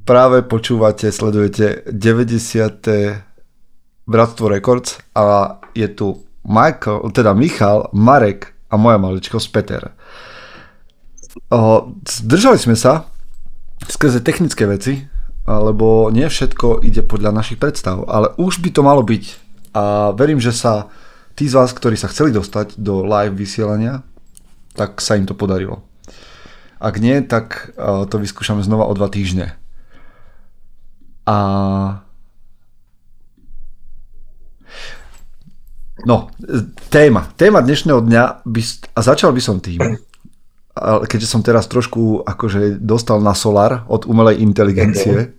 Práve počúvate, sledujete 90. Bratstvo Records a je tu Michal, Marek a moja maličkosť Peter. Zdržali sme sa skrze technické veci, lebo nie všetko ide podľa našich predstav, ale už by to malo byť a verím, že sa tí z vás, ktorí sa chceli dostať do live vysielania, tak sa im to podarilo. Ak nie, tak to vyskúšame znova o 2 týždne. No, téma dnešného dňa a začal by som tým, keďže som teraz trošku akože dostal na solar od umelej inteligencie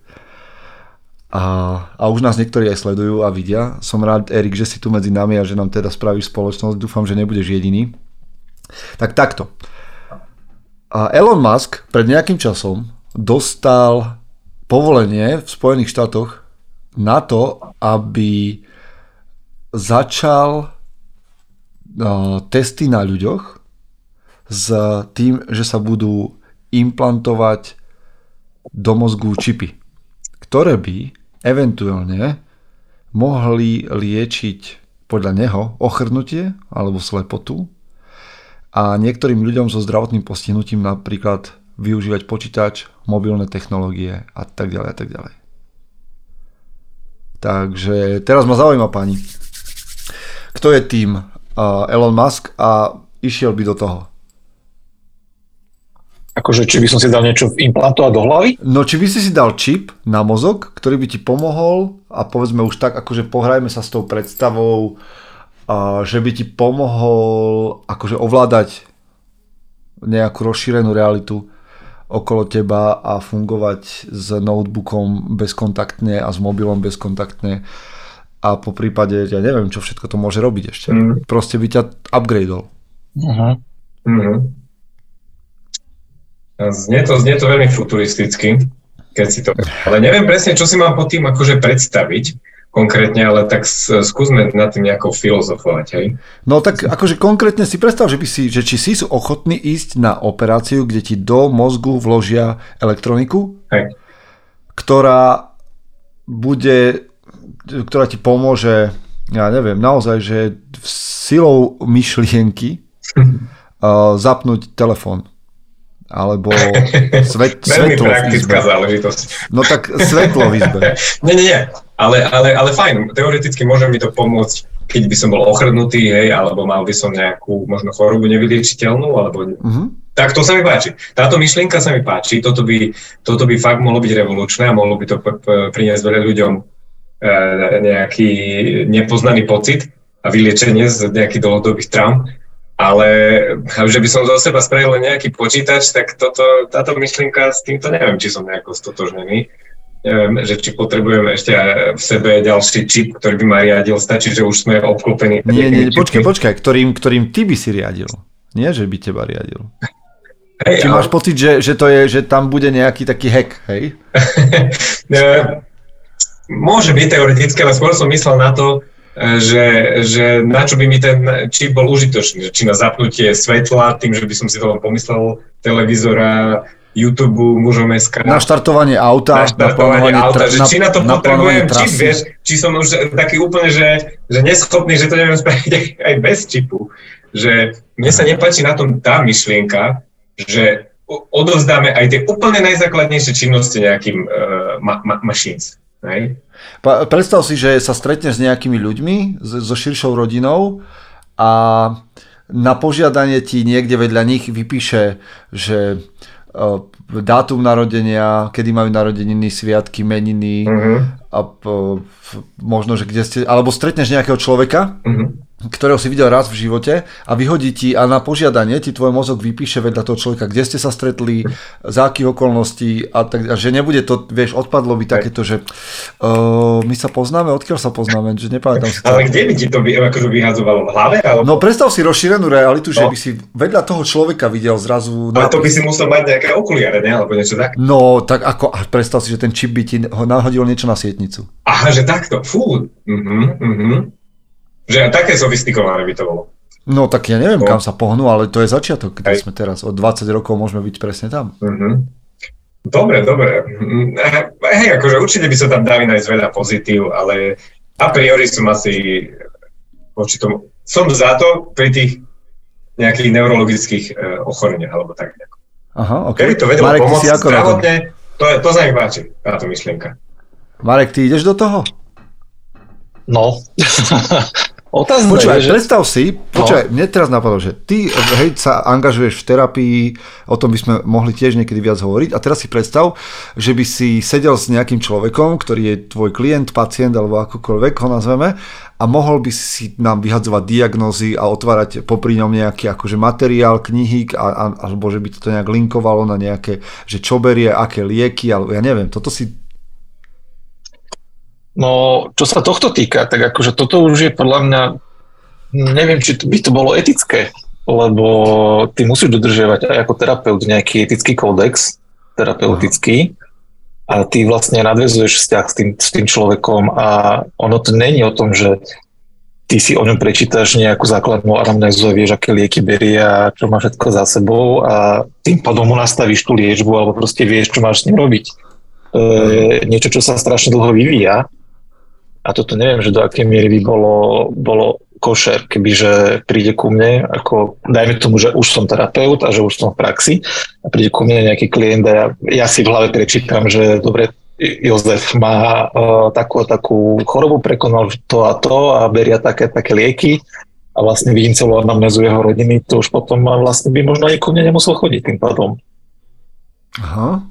a už nás niektorí aj sledujú a vidia. Som rád, Erik, že si tu medzi nami a že nám teda spravíš spoločnosť. Dúfam, že nebudeš jediný. Tak takto. Elon Musk pred nejakým časom dostal povolenie v Spojených štátoch na to, aby začal testy na ľuďoch s tým, že sa budú implantovať do mozgu čipy, ktoré by eventuálne mohli liečiť podľa neho ochrnutie alebo slepotu a niektorým ľuďom so zdravotným postihnutím napríklad využívať počítač, mobilné technológie a tak ďalej a tak ďalej. Takže teraz ma zaujíma, pani, kto je tým Elon Musk a išiel by do toho? Akože, či by som si dal niečo implantovať do hlavy? No, či by si dal čip na mozog, ktorý by ti pomohol a povedzme už tak, akože pohrajme sa s tou predstavou, že by ti pomohol akože ovládať nejakú rozšírenú realitu okolo teba a fungovať s notebookom bezkontaktne a s mobilom bezkontaktne a po prípade, ja neviem, čo všetko to môže robiť ešte. Proste by ťa upgradeol. Znie to veľmi futuristicky, keď si to... Ale neviem presne, čo si mám pod tým akože predstaviť konkrétne, ale tak skúsme nad tým nejako filozofovať, hej? No tak akože konkrétne si predstav, že či si sú ochotní ísť na operáciu, kde ti do mozgu vložia elektroniku, hej, ktorá ti pomôže, ja neviem, naozaj, že silou myšlienky zapnúť telefón. Alebo veľmi praktická záležitosť. No tak svetlo v izbe. Nie. Ale fajn, teoreticky môže mi to pomôcť, keď by som bol ochrnutý, hej, alebo mal by som nejakú možno chorobu nevyliečiteľnú, alebo... Tak to sa mi páči. Táto myšlienka sa mi páči, toto by fakt mohlo byť revolučné a mohlo by to priniesť veľa ľuďom nejaký nepoznaný pocit a vyliečenie z nejakých dlhodobých traum. Ale že by som zo seba spravil nejaký počítač, tak táto myšlienka s týmto neviem, či som nejako stotožnený. Neviem, že či potrebujem ešte v sebe ďalší čip, ktorý by ma riadil. Stačí, že už sme obklopení. Nie, počkaj, ktorým ty by si riadil. Nie, že by teba riadil. Hej, či máš pocit, že to je, že tam bude nejaký taký hack, hej? Môže byť teoretické, ale skôr som myslel na to, že na čo by mi ten čip bol užitočný, že či na zapnutie svetla, tým, že by som si to len pomyslel, televízora, YouTube, mužom.sk. Na štartovanie auta. Že či na to potrebujem čip, vieš, či som už taký úplne, že neschopný, že to neviem spraviť aj bez čipu. Že mne sa nepáči na tom tá myšlienka, že odovzdáme aj tie úplne najzákladnejšie činnosti nejakým machines. Hej? Predstav si, že sa stretneš s nejakými ľuďmi, so širšou rodinou a na požiadanie ti niekde vedľa nich vypíše, že dátum narodenia, kedy majú narodeniny, sviatky, meniny a možno, že kde ste, alebo stretneš nejakého človeka, ktorého si videl raz v živote a vyhodí ti a na požiadanie ti tvoj mozog vypíše vedľa toho človeka, kde ste sa stretli, za akých okolností a tak, a že nebude to, vieš, odpadlo by takéto, že my sa poznáme, odkiaľ sa poznáme, že nepamätám si to. Ale kde by ti to akože vyhadzovalo v hlave? Alebo... No predstav si rozšírenú realitu, že by si vedľa toho človeka videl zrazu... Ale to by si musel mať nejaké okuliare, ne? Alebo niečo tak? No, tak ako, predstav si, že ten čip by ti nahodil niečo na sietnicu. Aha, že takto, fú. Že také sofistikované by to bolo. No tak ja neviem, kam sa pohnú, ale to je začiatok, kde sme teraz. O 20 rokov môžeme byť presne tam. Dobre. hej, akože určite by sa tam dali nájsť veľa pozitív, ale a priori som asi voči tomu, som za to pri tých nejakých neurologických ochoreniach, alebo tak. Aha, keby to vedelo pomôcť zdravotne, to sa mi páči, táto myšlienka. Marek, ty ideš do toho? No. Otázne, počúvaj, predstav si, mne teraz napadlo, že ty sa angažuješ v terapii, o tom by sme mohli tiež niekedy viac hovoriť, a teraz si predstav, že by si sedel s nejakým človekom, ktorý je tvoj klient, pacient, alebo akokoľvek ho nazveme, a mohol by si nám vyhadzovať diagnózy a otvárať popri ňom nejaký akože materiál, knihy, alebo že by to nejak linkovalo na nejaké, že čo berie, aké lieky, alebo ja neviem, toto si... No, čo sa tohto týka, tak akože toto už je podľa mňa, neviem, či by to bolo etické, lebo ty musíš dodržiavať aj ako terapeut nejaký etický kódex terapeutický a ty vlastne nadväzuješ vzťah s tým človekom a ono to není o tom, že ty si o ňom prečítaš nejakú základnú anamnézu a vieš, aké lieky berie a čo má všetko za sebou a tým pádom mu nastavíš tú liečbu alebo proste vieš, čo máš s ním robiť. To je niečo, čo sa strašne dlho vyvíja. A toto neviem, že do akej miery by bolo košer, kebyže príde ku mne, ako dajme tomu, že už som terapeut a že už som v praxi a príde ku mne nejaký klient a ja si v hlave prečítam, že dobre, Jozef má takú chorobu, prekonal to a beria také lieky a vlastne vidím celú anamnézu jeho rodiny, to už potom vlastne by možno aj ku mne nemusel chodiť tým pádom. Aha.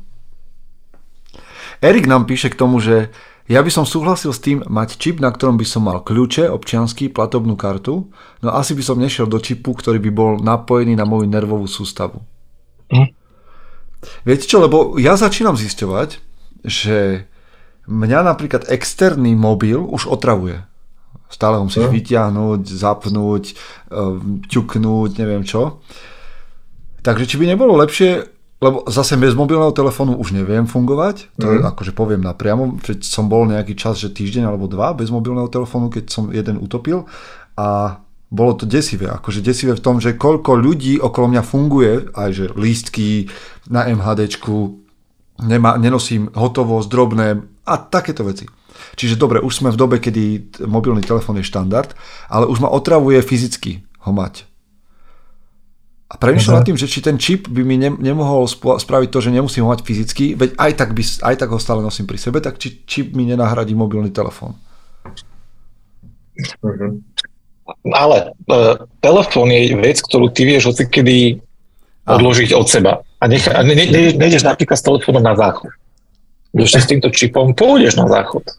Erik nám píše k tomu, že ja by som súhlasil s tým mať čip, na ktorom by som mal kľúče, občiansky, platobnú kartu, no asi by som nešiel do čipu, ktorý by bol napojený na moju nervovú sústavu. Viete čo, lebo ja začínam zisťovať, že mňa napríklad externý mobil už otravuje. Stále ho musíš vyťahnuť, zapnúť, ťuknúť, neviem čo. Takže či by nebolo lepšie, lebo zase bez mobilného telefónu už neviem fungovať, to akože poviem napriamo, že som bol nejaký čas, že týždeň alebo dva bez mobilného telefónu, keď som jeden utopil a bolo to desivé, akože desivé v tom, že koľko ľudí okolo mňa funguje, aj že lístky na MHDčku, nenosím hotovosť, drobné a takéto veci. Čiže dobre, už sme v dobe, kedy mobilný telefón je štandard, ale už ma otravuje fyzicky ho mať. A premýšľam nad tým, že či ten čip by mi nemohol spraviť to, že nemusím ho mať fyzicky, veď aj tak ho stále nosím pri sebe, tak či čip mi nenahradí mobilný telefón. Ale telefón je vec, ktorú ty vieš hocikedy odložiť od seba. A nejdeš napríklad s telefónom na záchod. Když s týmto čipom pôjdeš na záchod.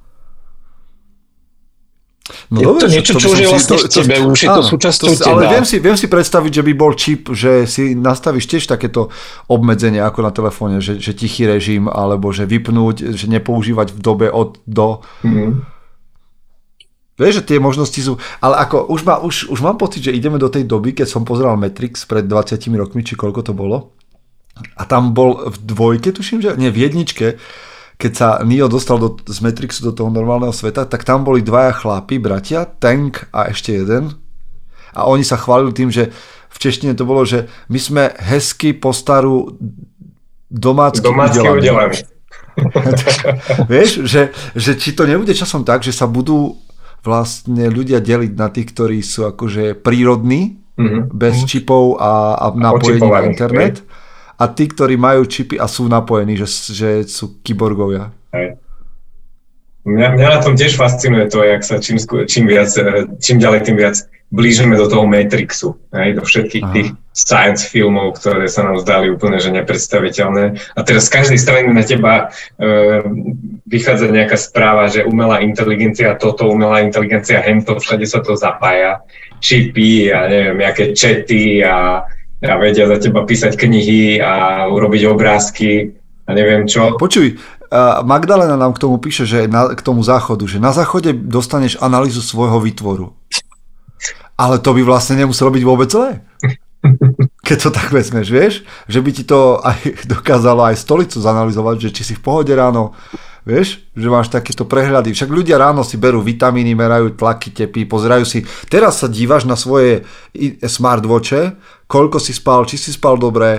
No je dobre, to niečo, čo už je vlastne v tebe, už je to súčasťou teba. Ale viem si predstaviť, že by bol čip, že si nastavíš tiež takéto obmedzenie ako na telefóne, že tichý režim, alebo že vypnúť, že nepoužívať v dobe od do. Vieš, že tie možnosti sú, ale ako už mám pocit, že ideme do tej doby, keď som pozeral Matrix pred 20 rokmi, či koľko to bolo. A tam bol v dvojke, tuším, že nie, v jedničke, keď sa Neo dostal z Matrixu do toho normálneho sveta, tak tam boli dvaja chlapi, bratia, Tank a ešte jeden. A oni sa chválili tým, že v češtine to bolo, že my sme hezky po starú domácky udelaní. Vieš, že či to nebude časom tak, že sa budú vlastne ľudia deliť na tých, ktorí sú akože prírodní, bez čipov a napojení na internet. A tí, ktorí majú čipy a sú napojení, že sú kyborgovia. Hej. Mňa na tom tiež fascinuje to, jak sa čím ďalej, tým viac blížime do toho Matrixu. Hej, do všetkých tých science filmov, ktoré sa nám zdali úplne že nepredstaviteľné. A teraz z každej strany na teba vychádza nejaká správa, že umelá inteligencia toto, umelá inteligencia hento, všade sa to zapája. Čipy a neviem, nejaké chaty a vedia za teba písať knihy a urobiť obrázky a neviem čo. Počuj, Magdalena nám k tomu píše, že k tomu záchodu, že na záchode dostaneš analýzu svojho výtvoru. Ale to by vlastne nemuselo byť vôbec zlé. Keď to tak vezmeš, vieš? Že by ti to aj dokázalo aj stolicu zanalizovať, že či si v pohode ráno, vieš? Že máš takéto prehľady. Však ľudia ráno si berú vitamíny, merajú tlaky tepy, pozerajú si. Teraz sa dívaš na svoje smartwatche, koľko si spal, či si spal dobre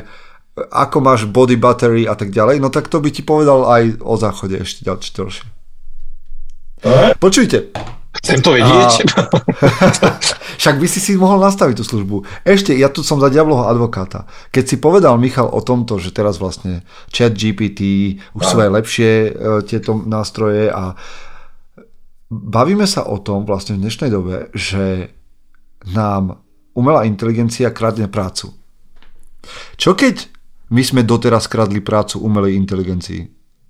ako máš body battery a tak ďalej, no tak to by ti povedal aj o záchode ešte ďalšie. Počujte. Chcem to vedieť. Však by si mohol nastaviť tú službu. Ešte, ja tu som za diabloho advokáta. Keď si povedal, Michal, o tomto, že teraz vlastne ChatGPT už sú aj lepšie tieto nástroje a bavíme sa o tom vlastne v dnešnej dobe, že nám umelá inteligencia kradne prácu. Čo keď my sme doteraz kradli prácu umelej inteligencii?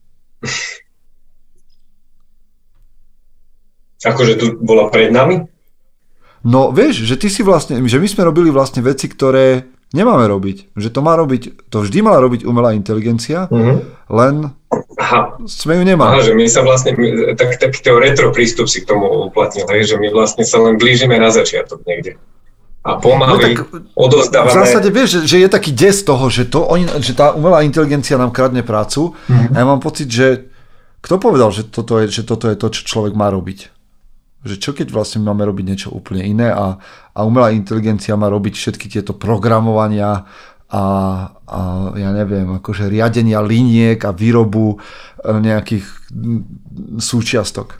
Akože tu bola pred nami? No vieš, že ty si vlastne, že my sme robili vlastne veci, ktoré nemáme robiť. Že to má robiť, to vždy mala robiť umelá inteligencia, len sme ju nemali. Aha, že my sa vlastne, takýto retro prístup si k tomu uplatnil, že my vlastne sa len blížime na začiatok niekde. A pomaly odovzdávame... V zásade vieš, že je taký des toho, že tá umelá inteligencia nám kradne prácu a ja mám pocit, že kto povedal, že toto je to, čo človek má robiť? Že čo keď vlastne máme robiť niečo úplne iné a umelá inteligencia má robiť všetky tieto programovania a ja neviem, akože riadenia liniek a výrobu nejakých súčiastok.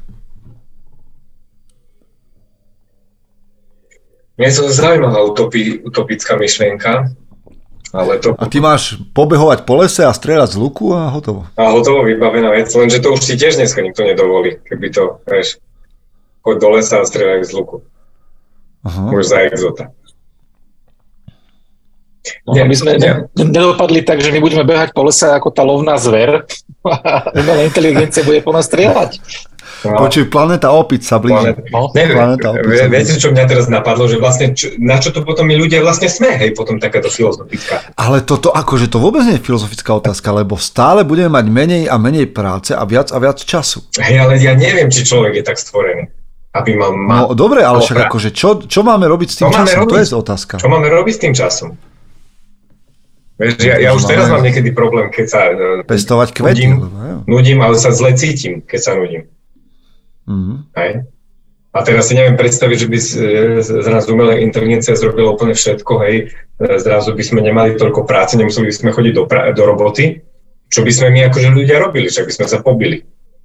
Mne sa zaujímavá utopická myšlienka, ale to... A ty máš pobehovať po lese a strieľať z luku a hotovo. A hotovo, vybavená vec, lenže to už si tiež dneska nikto nedovolí, keby to, vieš, choď do lesa a strieľaj z luku. Už za exota. My sme nedopadli tak, že my budeme behať po lese ako tá lovná zver a umelá inteligencia bude po nás strieľať. No. Počuj, planéta opic sa blíži. Viete, čo mňa teraz napadlo, že vlastne, na čo to potom my ľudia vlastne sme, hej, potom takáto filozofická. Ale toto, akože to vôbec nie je filozofická otázka, lebo stále budeme mať menej a menej práce a viac času. Hej, ale ja neviem, či človek je tak stvorený, aby mal... No dobre, ale však akože, čo máme robiť s tým časom? To je otázka. Čo máme robiť s tým časom? Vieš, ja už teraz mám niekedy problém, keď sa... Pestovať kvety. Nudím, ale sa zle cítim, keď sa nudím. Hej. A teraz si neviem predstaviť, že by zrazu umelá inteligencia zrobila úplne všetko, hej, zrazu by sme nemali toľko práce, nemuseli by sme chodiť do roboty, čo by sme my akože ľudia robili, však by sme sa pobili.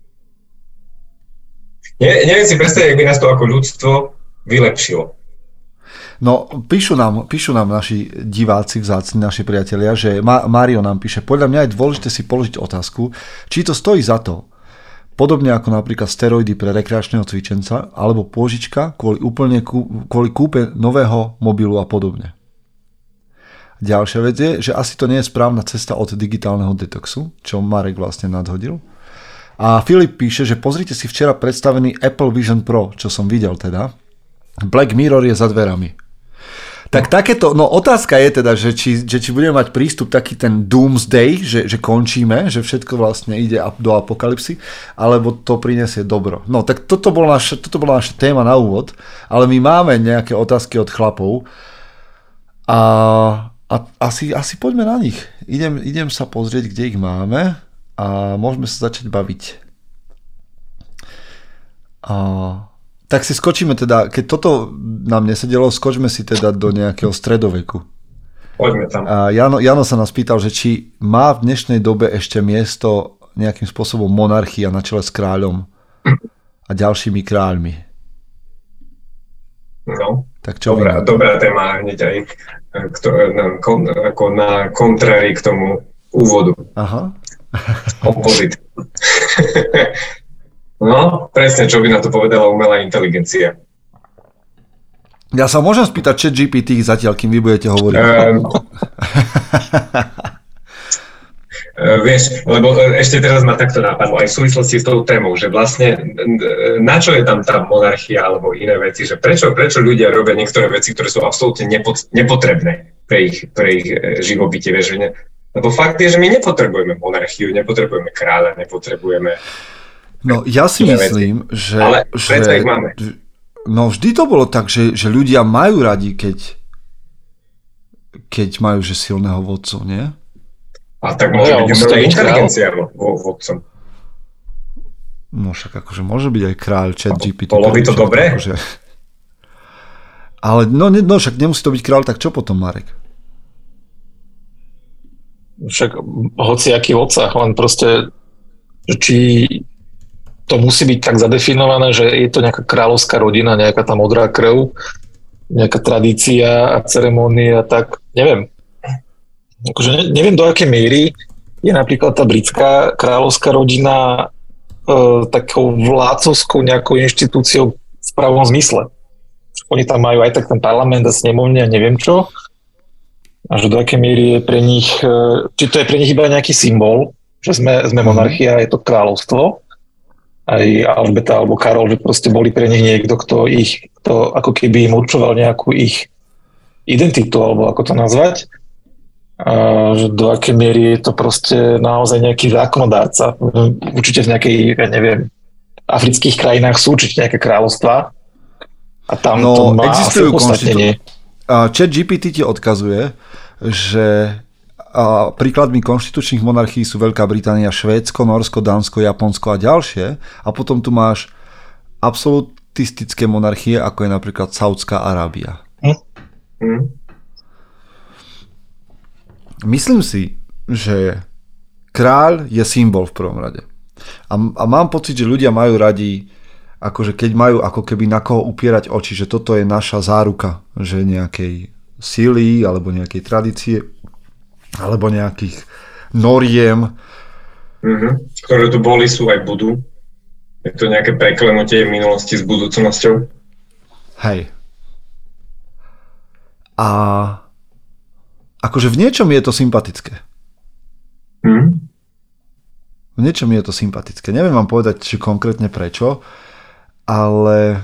Neviem si predstaviť, ak by nás to ako ľudstvo vylepšilo. No, píšu nám naši diváci vzácni, naši priatelia, že Mário nám píše, podľa mňa je dôležité si položiť otázku, či to stojí za to, podobne ako napríklad steroidy pre rekreačného cvičenca alebo pôžička kvôli kúpe nového mobilu a podobne. Ďalšia vec je, že asi to nie je správna cesta od digitálneho detoxu, čo Marek vlastne nadhodil. A Filip píše, že pozrite si včera predstavený Apple Vision Pro, čo som videl teda. Black Mirror je za dverami. Tak takéto, no otázka je teda, že či budeme mať prístup taký ten doomsday, že končíme, že všetko vlastne ide do apokalypsy, alebo to prinesie dobro. No tak toto bola naša téma na úvod, ale my máme nejaké otázky od chlapov a asi poďme na nich. Idem sa pozrieť, kde ich máme a môžeme sa začať baviť. Tak si skočíme teda, keď toto nám nesedelo, skočme si teda do nejakého stredoveku. Poďme tam. A Jano sa nás pýtal, že či má v dnešnej dobe ešte miesto nejakým spôsobom monarchia na čele s kráľom a ďalšími kráľmi. No, tak čo dobrá téma hneď aj ako na kontrári k tomu úvodu. Aha. Opozit. No, presne, čo by na to povedala umelá inteligencia. Ja sa môžem spýtať ChatGPT zatiaľ, kým vy budete hovoriť. Vieš, lebo ešte teraz ma takto napadlo, aj v súvislosti s tou témou, že vlastne na čo je tam tá monarchia alebo iné veci, že prečo ľudia robia niektoré veci, ktoré sú absolútne nepotrebné pre ich živobytie, vieš, lebo fakt je, že my nepotrebujeme monarchiu, nepotrebujeme kráľa, nepotrebujeme... No ja si myslím, že... Ale predsa ich máme. No vždy to bolo tak, že ľudia majú radi, keď majú že silného vodcu, nie? A tak môže byť umelá inteligencia vodcom. No však akože môže byť aj kráľ ChatGPT. Bolo by to dobré? Akože... Ale no však nemusí to byť kráľ, tak čo potom, Marek? Však hociaký vodca, len proste, či to musí byť tak zadefinované, že je to nejaká kráľovská rodina, nejaká tá modrá krv, nejaká tradícia a ceremónia, tak neviem. Akože neviem, do akej miery je napríklad tá britská kráľovská rodina takou vládcovskou nejakou inštitúciou v pravom zmysle. Oni tam majú aj tak ten parlament a snemovne a neviem čo. A že do akej miery je pre nich, či to je pre nich iba nejaký symbol, že sme monarchia, je to kráľovstvo. Aj Alžbeta alebo Karol, že proste boli pre nich niekto, kto ako keby im určoval nejakú ich identitu, alebo ako to nazvať. A že do akej miery je to proste naozaj nejaký zákonodárca. Určite v nejakej, ja neviem, afrických krajinách sú určite nejaké kráľovstvá a tam to má existujú konštitúcie. ChatGPT ti odkazuje, že príkladmi konštitučných monarchií sú Veľká Británia, Švédsko, Nórsko, Dánsko, Japonsko a ďalšie. A potom tu máš absolutistické monarchie, ako je napríklad Saudská Arábia. Myslím si, že kráľ je symbol v prvom rade. A mám pocit, že ľudia majú radi, akože keď majú ako keby na koho upierať oči, že toto je naša záruka, že nejakej síly alebo nejakej tradície alebo nejakých noriem. Ktoré tu boli, sú aj budú. Je to nejaké preklenutie v minulosti s budúcnosťou. Hej. A akože v niečom je to sympatické. V niečom je to sympatické. Neviem vám povedať, či konkrétne prečo, ale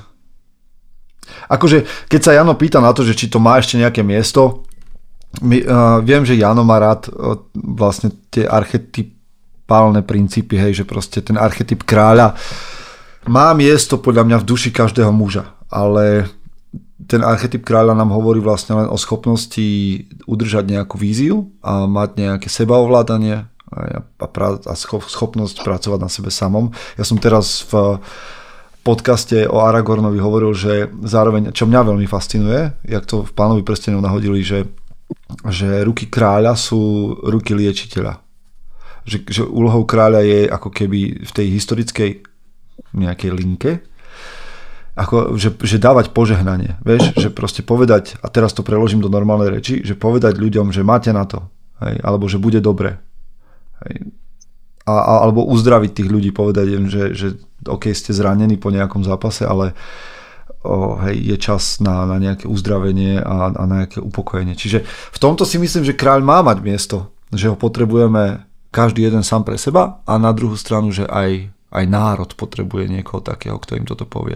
akože keď sa Jano pýta na to, že či to má ešte nejaké miesto, viem, že Jano má rád vlastne tie archetypálne princípy, hej, že proste ten archetyp kráľa má miesto podľa mňa v duši každého muža, ale ten archetyp kráľa nám hovorí vlastne len o schopnosti udržať nejakú víziu a mať nejaké sebaovládanie a schopnosť pracovať na sebe samom. Ja som teraz v podcaste o Aragornovi hovoril, že zároveň, čo mňa veľmi fascinuje, jak to v Pánovi prstenov nahodili, že ruky kráľa sú ruky liečiteľa. Že úlohou kráľa je ako keby v tej historickej nejakej linke, ako, že dávať požehnanie. Vieš, že proste povedať, a teraz to preložím do normálnej reči, že povedať ľuďom, že máte na to, hej, alebo že bude dobre. Hej. Alebo uzdraviť tých ľudí, povedať im, že OK, ste zranení po nejakom zápase, ale hej, je čas na nejaké uzdravenie a na nejaké upokojenie. Čiže v tomto si myslím, že kráľ má mať miesto, že ho potrebujeme každý jeden sám pre seba a na druhú stranu, že aj národ potrebuje niekoho takého, kto im toto povie.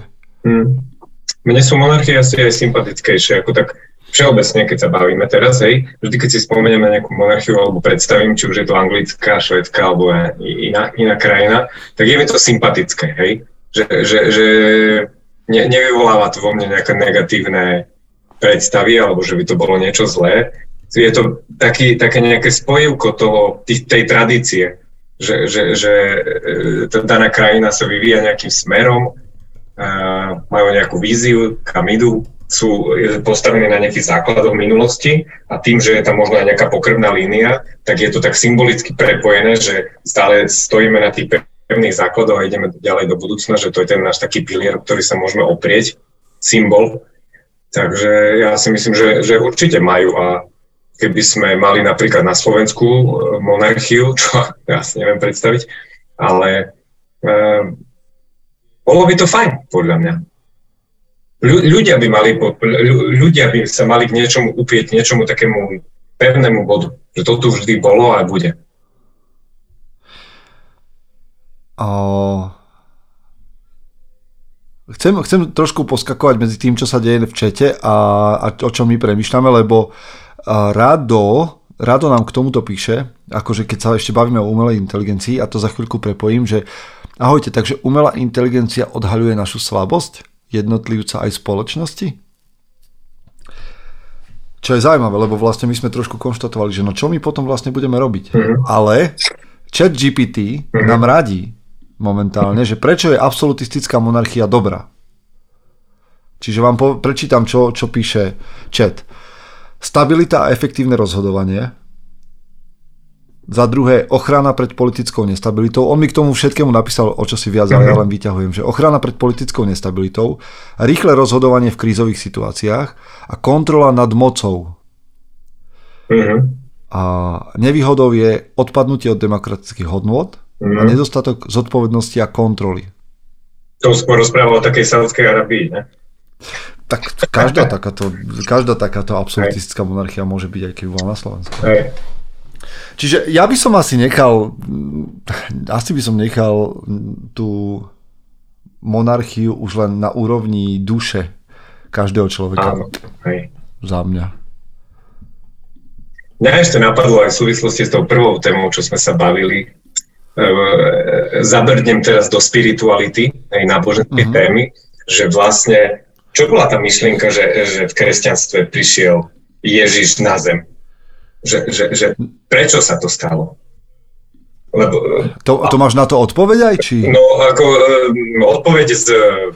Mne sú monarchie asi aj sympatickejšie, ako tak všeobecne, keď sa bavíme teraz, hej, vždy keď si spomenieme nejakú monarchiu alebo predstavím, či už je to anglická, švédska alebo iná krajina, tak je mi to sympatické, hej, že nevyvoláva to vo mne nejaké negatívne predstavy alebo že by to bolo niečo zlé. Je to také nejaké spojivko tej tradície, že tá daná krajina sa vyvíja nejakým smerom, majú nejakú víziu, kam idú, sú postavení na nejakých základoch minulosti a tým, že je tam možno aj nejaká pokrvná línia, tak je to tak symbolicky prepojené, že stále stojíme na tých pevných základoch a ideme ďalej do budúcna, že to je ten náš taký pilier, ktorý sa môžeme oprieť, symbol. Takže ja si myslím, že určite majú a keby sme mali napríklad na Slovensku monarchiu, čo ja si neviem predstaviť, ale bolo by to fajn, podľa mňa. Ľudia by sa mali k niečomu upieť, k niečomu takému pevnému bodu, že to tu vždy bolo a bude. Chcem trošku poskakovať medzi tým, čo sa deje v čete a o čom my premýšľame, lebo Rado nám k tomuto píše, akože keď sa ešte bavíme o umelej inteligencii, a to za chvíľku prepojím, že ahojte, takže umelá inteligencia odhaľuje našu slabosť jednotlivca aj spoločnosti? Čo je zaujímavé, lebo vlastne my sme trošku konštatovali, že no čo my potom vlastne budeme robiť. Ale ChatGPT nám radí momentálne, že prečo je absolutistická monarchia dobrá. Čiže vám prečítam, čo píše chat. Stabilita a efektívne rozhodovanie, Za druhé, ochrana pred politickou nestabilitou. On mi k tomu všetkému napísal o čosi viac, ale ja len vyťahujem, že ochrana pred politickou nestabilitou, rýchle rozhodovanie v krízových situáciách a kontrola nad mocou. A nevýhodou je odpadnutie od demokratických hodnôt a nedostatok zodpovednosti a kontroly. To skôr rozpráva o takej Saúdskej Arabii, ne? Tak každá takáto absolutistická monarchia môže byť, aj keby bola na Slovensku. Čiže ja by som asi nechal tú monarchiu už len na úrovni duše každého človeka. Áno, hej. Za mňa. Mňa ešte napadlo aj v súvislosti s tou prvou témou, čo sme sa bavili. Zabrdnem teraz do spirituality, aj náboženskej témy, že vlastne, čo bola tá myšlienka, že v kresťanstve prišiel Ježiš na zem? Že prečo sa to stalo? Lebo, to máš na to odpoveď aj? Či? No, ako odpoveď z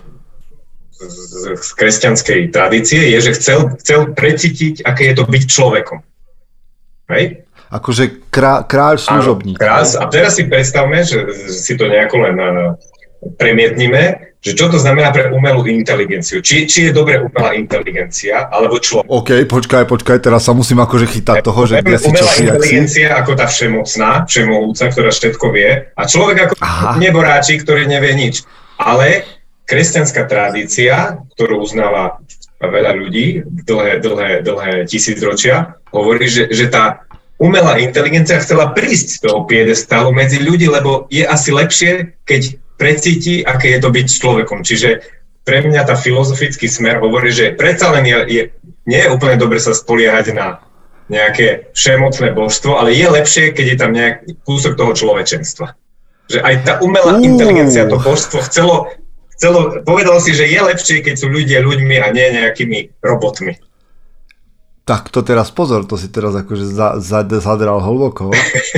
kresťanskej tradície je, že chcel precítiť, aké je to byť človekom. Hej? Akože kráľ služobník. Krás. A teraz si predstavme, že si to nejako len premietnime, že čo to znamená pre umelú inteligenciu. Či je dobre umelá inteligencia, alebo človek. OK, počkaj, teraz sa musím akože chytať toho, že kde si čo si. Umelá inteligencia ako tá všemocná, všemohúca, ktorá všetko vie, a človek ako neboráčik, ktorý nevie nič. Ale kresťanská tradícia, ktorú uznáva veľa ľudí, dlhé tisícročia, hovorí, že tá umelá inteligencia chcela prísť z toho piedestálu medzi ľudí, lebo je asi lepšie, keď precíti, aké je to byť človekom. Čiže pre mňa tá filozofický smer hovorí, že predsa len nie je úplne dobre sa spoliehať na nejaké všemocné božstvo, ale je lepšie, keď je tam nejaký kúsok toho človečenstva. Že aj tá umelá inteligencia, to božstvo povedalo si, že je lepšie, keď sú ľudia ľuďmi a nie nejakými robotmi. Tak to teraz pozor, to si teraz akože zadral hlboko.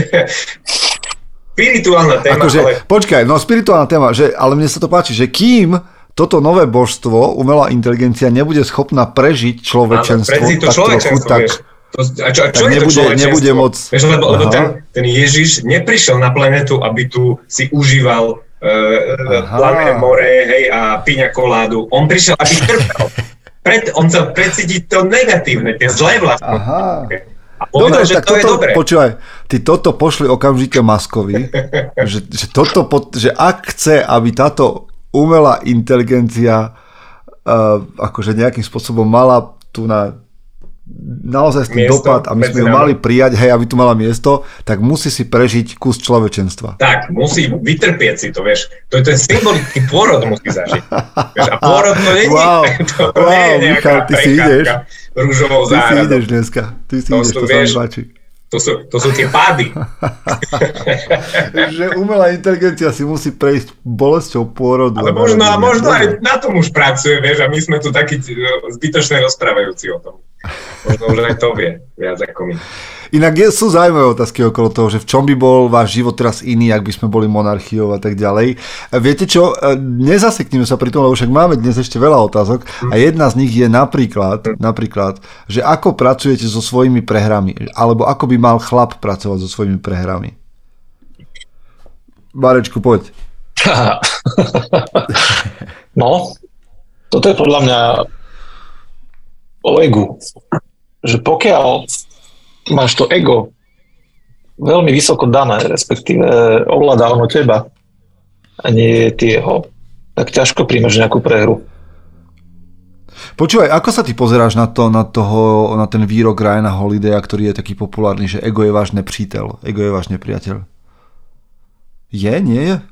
Spirituálna téma, akože, ale... Počkaj, spirituálna téma, ale mne sa to páči, že kým toto nové božstvo, umelá inteligencia, nebude schopná prežiť človečenstvo, tak trochu, tak nebude moc... Vieš, lebo ten Ježiš neprišiel na planetu, aby tu si užíval plané more, hej, a piňa koládu. On prišiel, aby trpel. On chcel precítiť to negatívne, tie zlé vlastnosti. Dobre, tak toto, počúvaj, ty toto pošli okamžite Muskovi, že ak chce, aby táto umelá inteligencia akože nejakým spôsobom mala tu naozaj ten dopad a my sme ju mali prijať, hej, aby tu mala miesto, tak musí si prežiť kus človečenstva. Tak, musí vytrpieť si to, vieš. To je ten symbolický pôrod musí zažiť. Vieš, a pôrod to nie je nejaká prekážka rúžovou záhradou. Ty si ideš dneska. To sa mi páči. To sú tie pády. Že umelá inteligencia si musí prejsť bolesťou pôrodu. Ale možno aj na tom už pracuje, vieš, a my sme tu takí zbytočne rozprávajúci o tom. Možno už aj to vie viac ako my. Inak sú zaujímavé otázky okolo toho, že v čom by bol váš život teraz iný, ak by sme boli monarchiou a tak ďalej. Viete čo, nezasekneme sa pri tom, lebo však máme dnes ešte veľa otázok a jedna z nich je napríklad, že ako pracujete so svojimi prehrami, alebo ako by mal chlap pracovať so svojimi prehrami. Marečku, poď. No, toto je podľa mňa o egu. Že pokiaľ máš to ego veľmi vysoko dané, respektíve ovláda ono teba a nie ty jeho, tak ťažko príjmeš nejakú prehru. Počúvaj, ako sa ty pozeráš na ten výrok Ryana Holidaya, ktorý je taký populárny, že ego je váš nepřítel, ego je váš nepriateľ? Je? Nie je?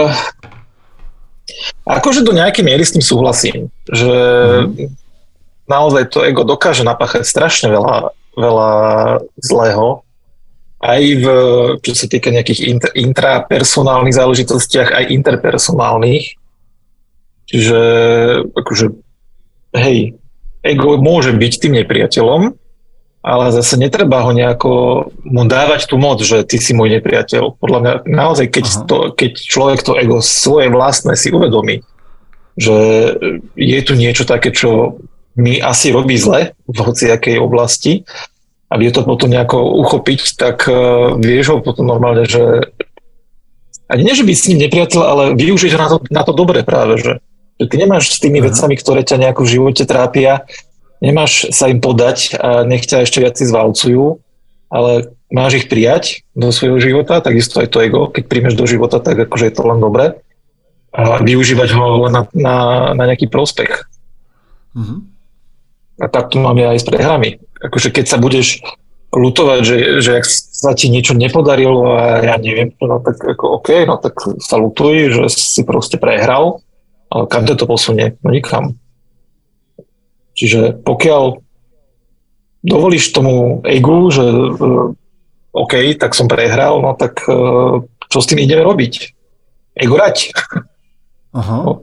Akože do nejakej miery s tým súhlasím, že naozaj to ego dokáže napáchať strašne veľa zlého. Aj čo sa týka nejakých intrapersonálnych záležitostiach, aj interpersonálnych. Čiže akože hej, ego môže byť tým nepriateľom, ale zase netreba ho nejako mu dávať tú moc, že ty si môj nepriateľ. Podľa mňa naozaj, keď človek to ego svoje vlastné si uvedomí, že je tu niečo také, čo mi asi robí zle v hociakej oblasti a vie to potom nejako uchopiť, tak vieš ho potom normálne, že ani nie, že byť s ním nepriateľ, ale využiť ho na to dobre práve, že ty nemáš s tými vecami, ktoré ťa nejako v živote trápia, nemáš sa im podať a nech ťa ešte viac zvalcujú, ale máš ich prijať do svojho života, takisto aj to ego, keď príjmeš do života, tak akože je to len dobre a využívať ho na nejaký prospech. Mm-hmm. A tak to máme aj s prehrami. Akože keď sa budeš ľutovať, že ak sa ti niečo nepodarilo a ja neviem, no tak ako OK, no tak sa ľutuj, že si proste prehral, ale kam to posunie? No nikam. Čiže pokiaľ dovolíš tomu egu, že OK, tak som prehral, no tak čo s tým ideme robiť? Egorať. Aha. No.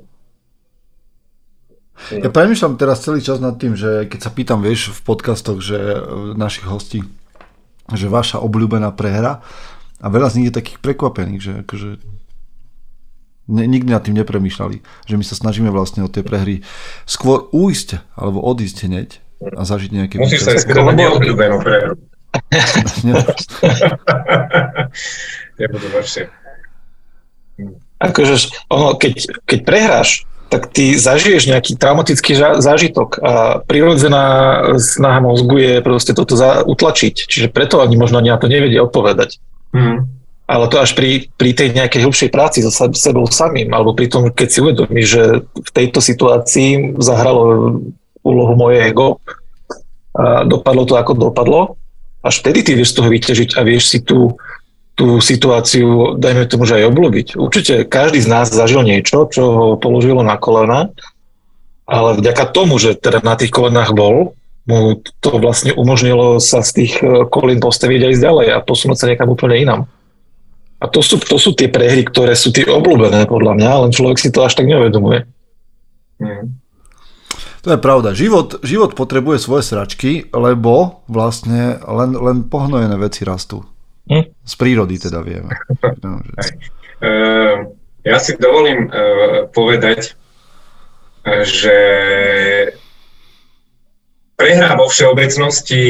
Ja premýšľam teraz celý čas nad tým, že keď sa pýtam, vieš, v podcastoch, že našich hostí, že vaša obľúbená prehra a veľa z nich je takých prekvapených, že akože nikdy nad tým nepremýšľali, že my sa snažíme vlastne od tej prehry skôr ujsť alebo odísť hneď a zažiť nejaké... Musíš sa aj spýtať neobľúbenú prehru. Nebudú horšie. Akože ono, keď prehráš, tak ty zažiješ nejaký traumatický zážitok a prirodzená snaha mozgu je proste toto utlačiť. Čiže preto ani možno na to nevedia odpovedať. Ale to až pri tej nejakej hĺbšej práci so sebou samým, alebo pri tom, keď si uvedomíš, že v tejto situácii zahralo úlohu moje ego a dopadlo to, ako dopadlo, až vtedy ty vieš z toho vyťažiť a vieš si tú situáciu, dajme tomu, že aj obľúbiť. Určite každý z nás zažil niečo, čo ho položilo na kolena, ale vďaka tomu, že teda na tých kolenách bol, mu to vlastne umožnilo sa z tých kolín postaviť aj ďalej a posunúť sa niekam úplne inam. A to sú tie prehry, ktoré sú tie obľúbené podľa mňa, len človek si to až tak neuvedomuje. To je pravda. Život potrebuje svoje sračky, lebo vlastne len pohnojené veci rastú. Z prírody teda vieme. Ja si dovolím povedať, že prehra vo všeobecnosti,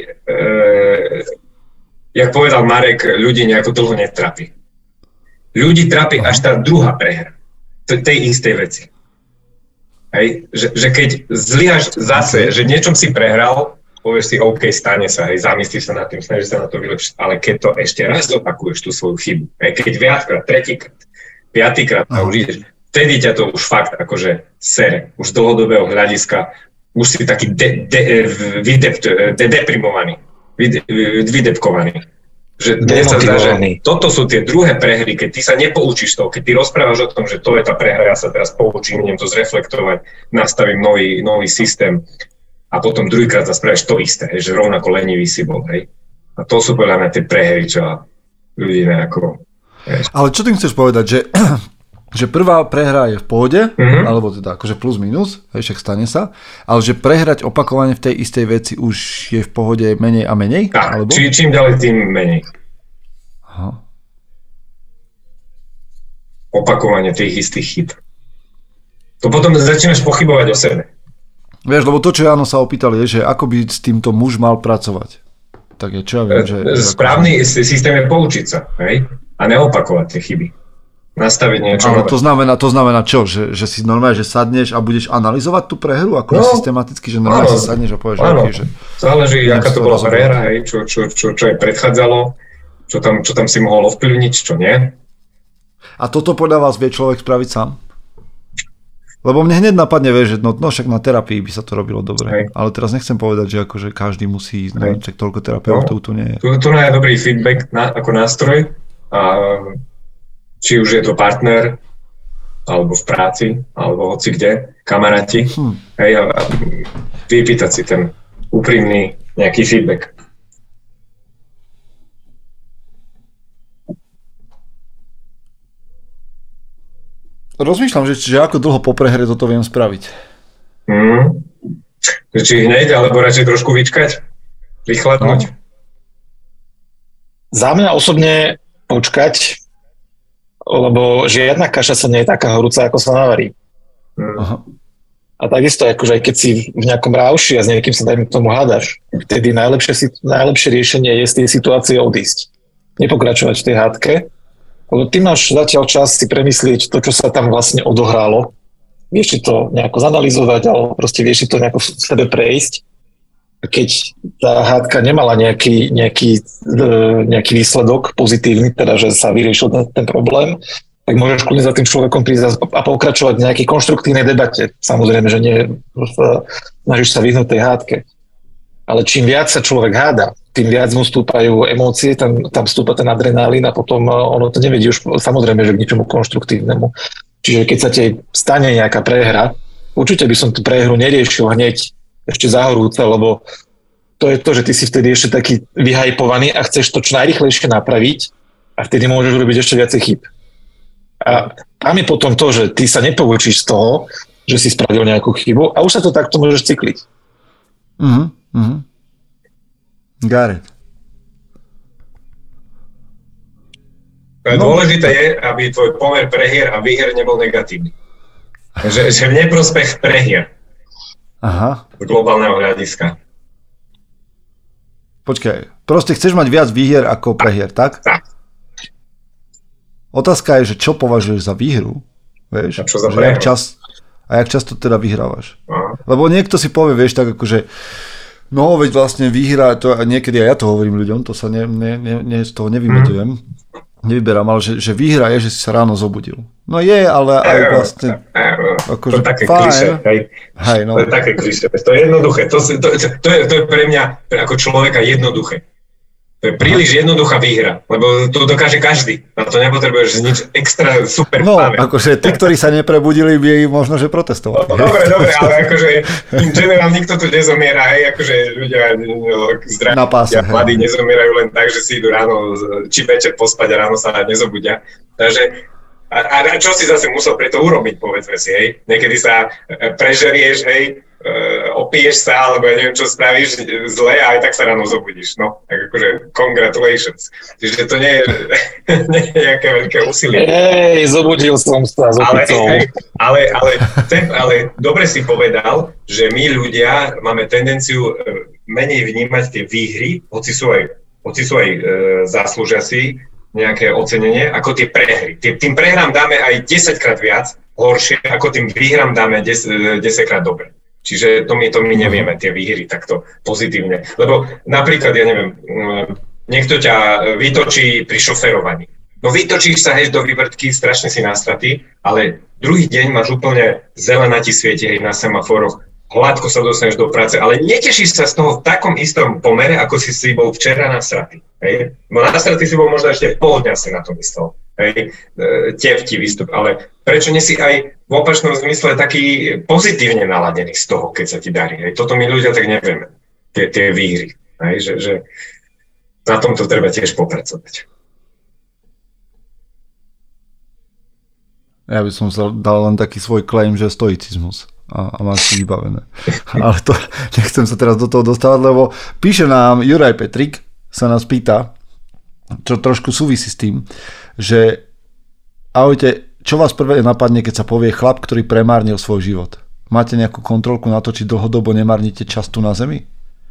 jak povedal Marek, ľudí nejako dlho netrápi. Ľudí trápi až tá druhá prehra. Tej istej veci. Hej? Že keď zlyhaš zase, že niečom si prehral, povieš si, OK, stane sa, hej, zamyslíš sa nad tým, snažíš sa na to vylepšiť, ale keď to ešte raz opakuješ tú svoju chybu, hej, keď viackrát, tretíkrát, piatýkrát a už ideš, vtedy ťa to už fakt akože sere, už z dlhodobého hľadiska, už si taký deprimovaný, vydepkovaný. Že toto sú tie druhé prehry, keď ty sa nepoučíš toho, keď ty rozprávaš o tom, že to je tá prehra, ja sa teraz poučím, idem to zreflektovať, nastavím nový systém, a potom druhýkrát spravíš to isté, že rovnako lenivý si bol, hej. A to sú podľa mňa tie prehry, čo ľudí nejako... Ale čo tým chceš povedať, že prvá prehra je v pohode, alebo teda akože plus minus, hej, však stane sa, ale že prehrať opakovane v tej istej veci už je v pohode menej a menej? Tak, alebo? Čím ďalej, tým menej. Aha. Opakovanie tých istých chyb. To potom začínaš pochybovať o sebe. Vieš, lebo to, čo Jano sa opýtal, je, že ako by s týmto muž mal pracovať. Tak je, čo ja viem, že... Správny systém je poučiť sa, hej? A neopakovať tie chyby. Nastaviť niečo nové. To znamená čo? Že si normálne, že sadneš a budeš analyzovať tú prehru? Ako systematicky, že normálne si sadneš a povieš, že... Záleží, aká to bola prehra, hej? Čo je predchádzalo, čo tam si mohol ovplyvniť, čo nie. A toto podľa vás vie človek spraviť sám? Lebo mne hneď napadne, vieš, že no však na terapii by sa to robilo dobre. Hej. Ale teraz nechcem povedať, že akože každý musí ísť, však toľko terapeutov tu nie je. Tu je dobrý feedback ako nástroj, a či už je to partner, alebo v práci, alebo hoci kde, kamaráti, hej, a vypýtať si ten úprimný nejaký feedback. Rozmýšľam, že ako dlho po prehre toto viem spraviť. Či hneď, alebo radšej trošku vyčkať? Vychladnúť? Za mňa osobne počkať, lebo žiadna kaša sa nie je taká horúca, ako sa navarí. A takisto, akože aj keď si v nejakom rauši a s niekým sa dajme k tomu hádaš, vtedy najlepšie riešenie je z tej situácie odísť. Nepokračovať v tej hádke, lebo ty máš zatiaľ čas si premyslieť to, čo sa tam vlastne odohralo. Vieš si to nejako zanalizovať, alebo proste vieš si to nejako v sebe prejsť. A keď tá hádka nemala nejaký výsledok pozitívny, teda že sa vyriešil ten problém, tak môžeš kľudne za tým človekom prísť a pokračovať v nejakej konštruktívnej debate. Samozrejme, že nie snažíš sa vyhnúť tej hádke. Ale čím viac sa človek háda, tým viac mu stúpajú emócie, tam stúpa ten adrenalín a potom ono to nevedí už samozrejme, že k ničomu konštruktívnemu. Čiže keď sa ti stane nejaká prehra, určite by som tú prehru neriešil hneď ešte zahorúce, lebo to je to, že ty si vtedy ešte taký vyhajpovaný a chceš to čo najrýchlejšie napraviť a vtedy môžeš urobiť ešte viacej chýb. A tam je potom to, že ty sa nepoučíš z toho, že si spravil nejakú chybu a už sa to takto môžeš cykliť. Got it. Dôležité je, aby tvoj pomer prehier a výher nebol negatívny. Že v neprospech prehier. Aha. Z globálneho hľadiska. Počkaj, proste chceš mať viac výhier ako prehier, tak? Tak. Otázka je, že čo považuješ za výhru, vieš? A čo za prehru? A jak často teda vyhrávaš. Aha. Lebo niekto si povie, vieš, tak akože no, veď vlastne výhra, to niekedy aj ja to hovorím ľuďom, to sa z toho nevymetujem, nevyberám, ale že výhra je, že si sa ráno zobudil. No je, ale aj vlastne akože to je také klišé, hej. No. To je také klišé, to je jednoduché, to je pre mňa ako človeka jednoduché. To je príliš jednoduchá výhra, lebo to dokáže každý. Na to nepotrebuješ nič extra super. No, akože tí, ktorí sa neprebudili, by možno, že protestovali. No, dobre, ale akože in general nikto tu nezomiera, hej, akože ľudia zdraví a mladí nezomierajú len tak, že si idú ráno, či večer pospať a ráno sa nezobudia. Takže a čo si zase musel pre to urobiť, povedzme si, hej? Niekedy sa prežerieš, hej, opiješ sa, alebo ja neviem, čo spravíš zle a aj tak sa ráno zobudíš, no. Tak akože congratulations. Čiže to nie je nejaké veľké úsilie. Hej, zobudil som sa, ale dobre si povedal, že my ľudia máme tendenciu menej vnímať tie výhry, hoci sú aj zaslúžia si nejaké ocenenie, ako tie prehry. Tým prehrám dáme aj 10-krát viac horšie, ako tým výhram dáme 10-krát dobre. Čiže to my nevieme, tie výhry takto pozitívne. Lebo napríklad, ja neviem, niekto ťa vytočí pri šoferovaní. No vytočíš sa, hej, do vývrtky, strašne si nastratý, ale druhý deň máš úplne zelená ti svieti, hej, na semaforoch, hladko sa dostaneš do práce, ale netešíš sa z toho v takom istom pomere, ako si bol včera nasratý. Hej? No nasratý si bol možno ešte pol dňa si na to myslel. Hej? Ti výstup, ale prečo nie si aj v opačnom zmysle taký pozitívne naladený z toho, keď sa ti darí. Hej? Toto my ľudia tak nevieme, tie výhry. Hej? Že na tomto treba tiež popracovať. Ja by som sa dal len taký svoj claim, že stoicizmus. A máš si vybavené. Ale to nechcem sa teraz do toho dostávať, lebo píše nám Juraj Petrik, sa nás pýta, čo trošku súvisí s tým, že ahojte, čo vás prvé napadne, keď sa povie chlap, ktorý premárnil svoj život? Máte nejakú kontrolku na to, či dlhodobo nemárnite čas tu na zemi?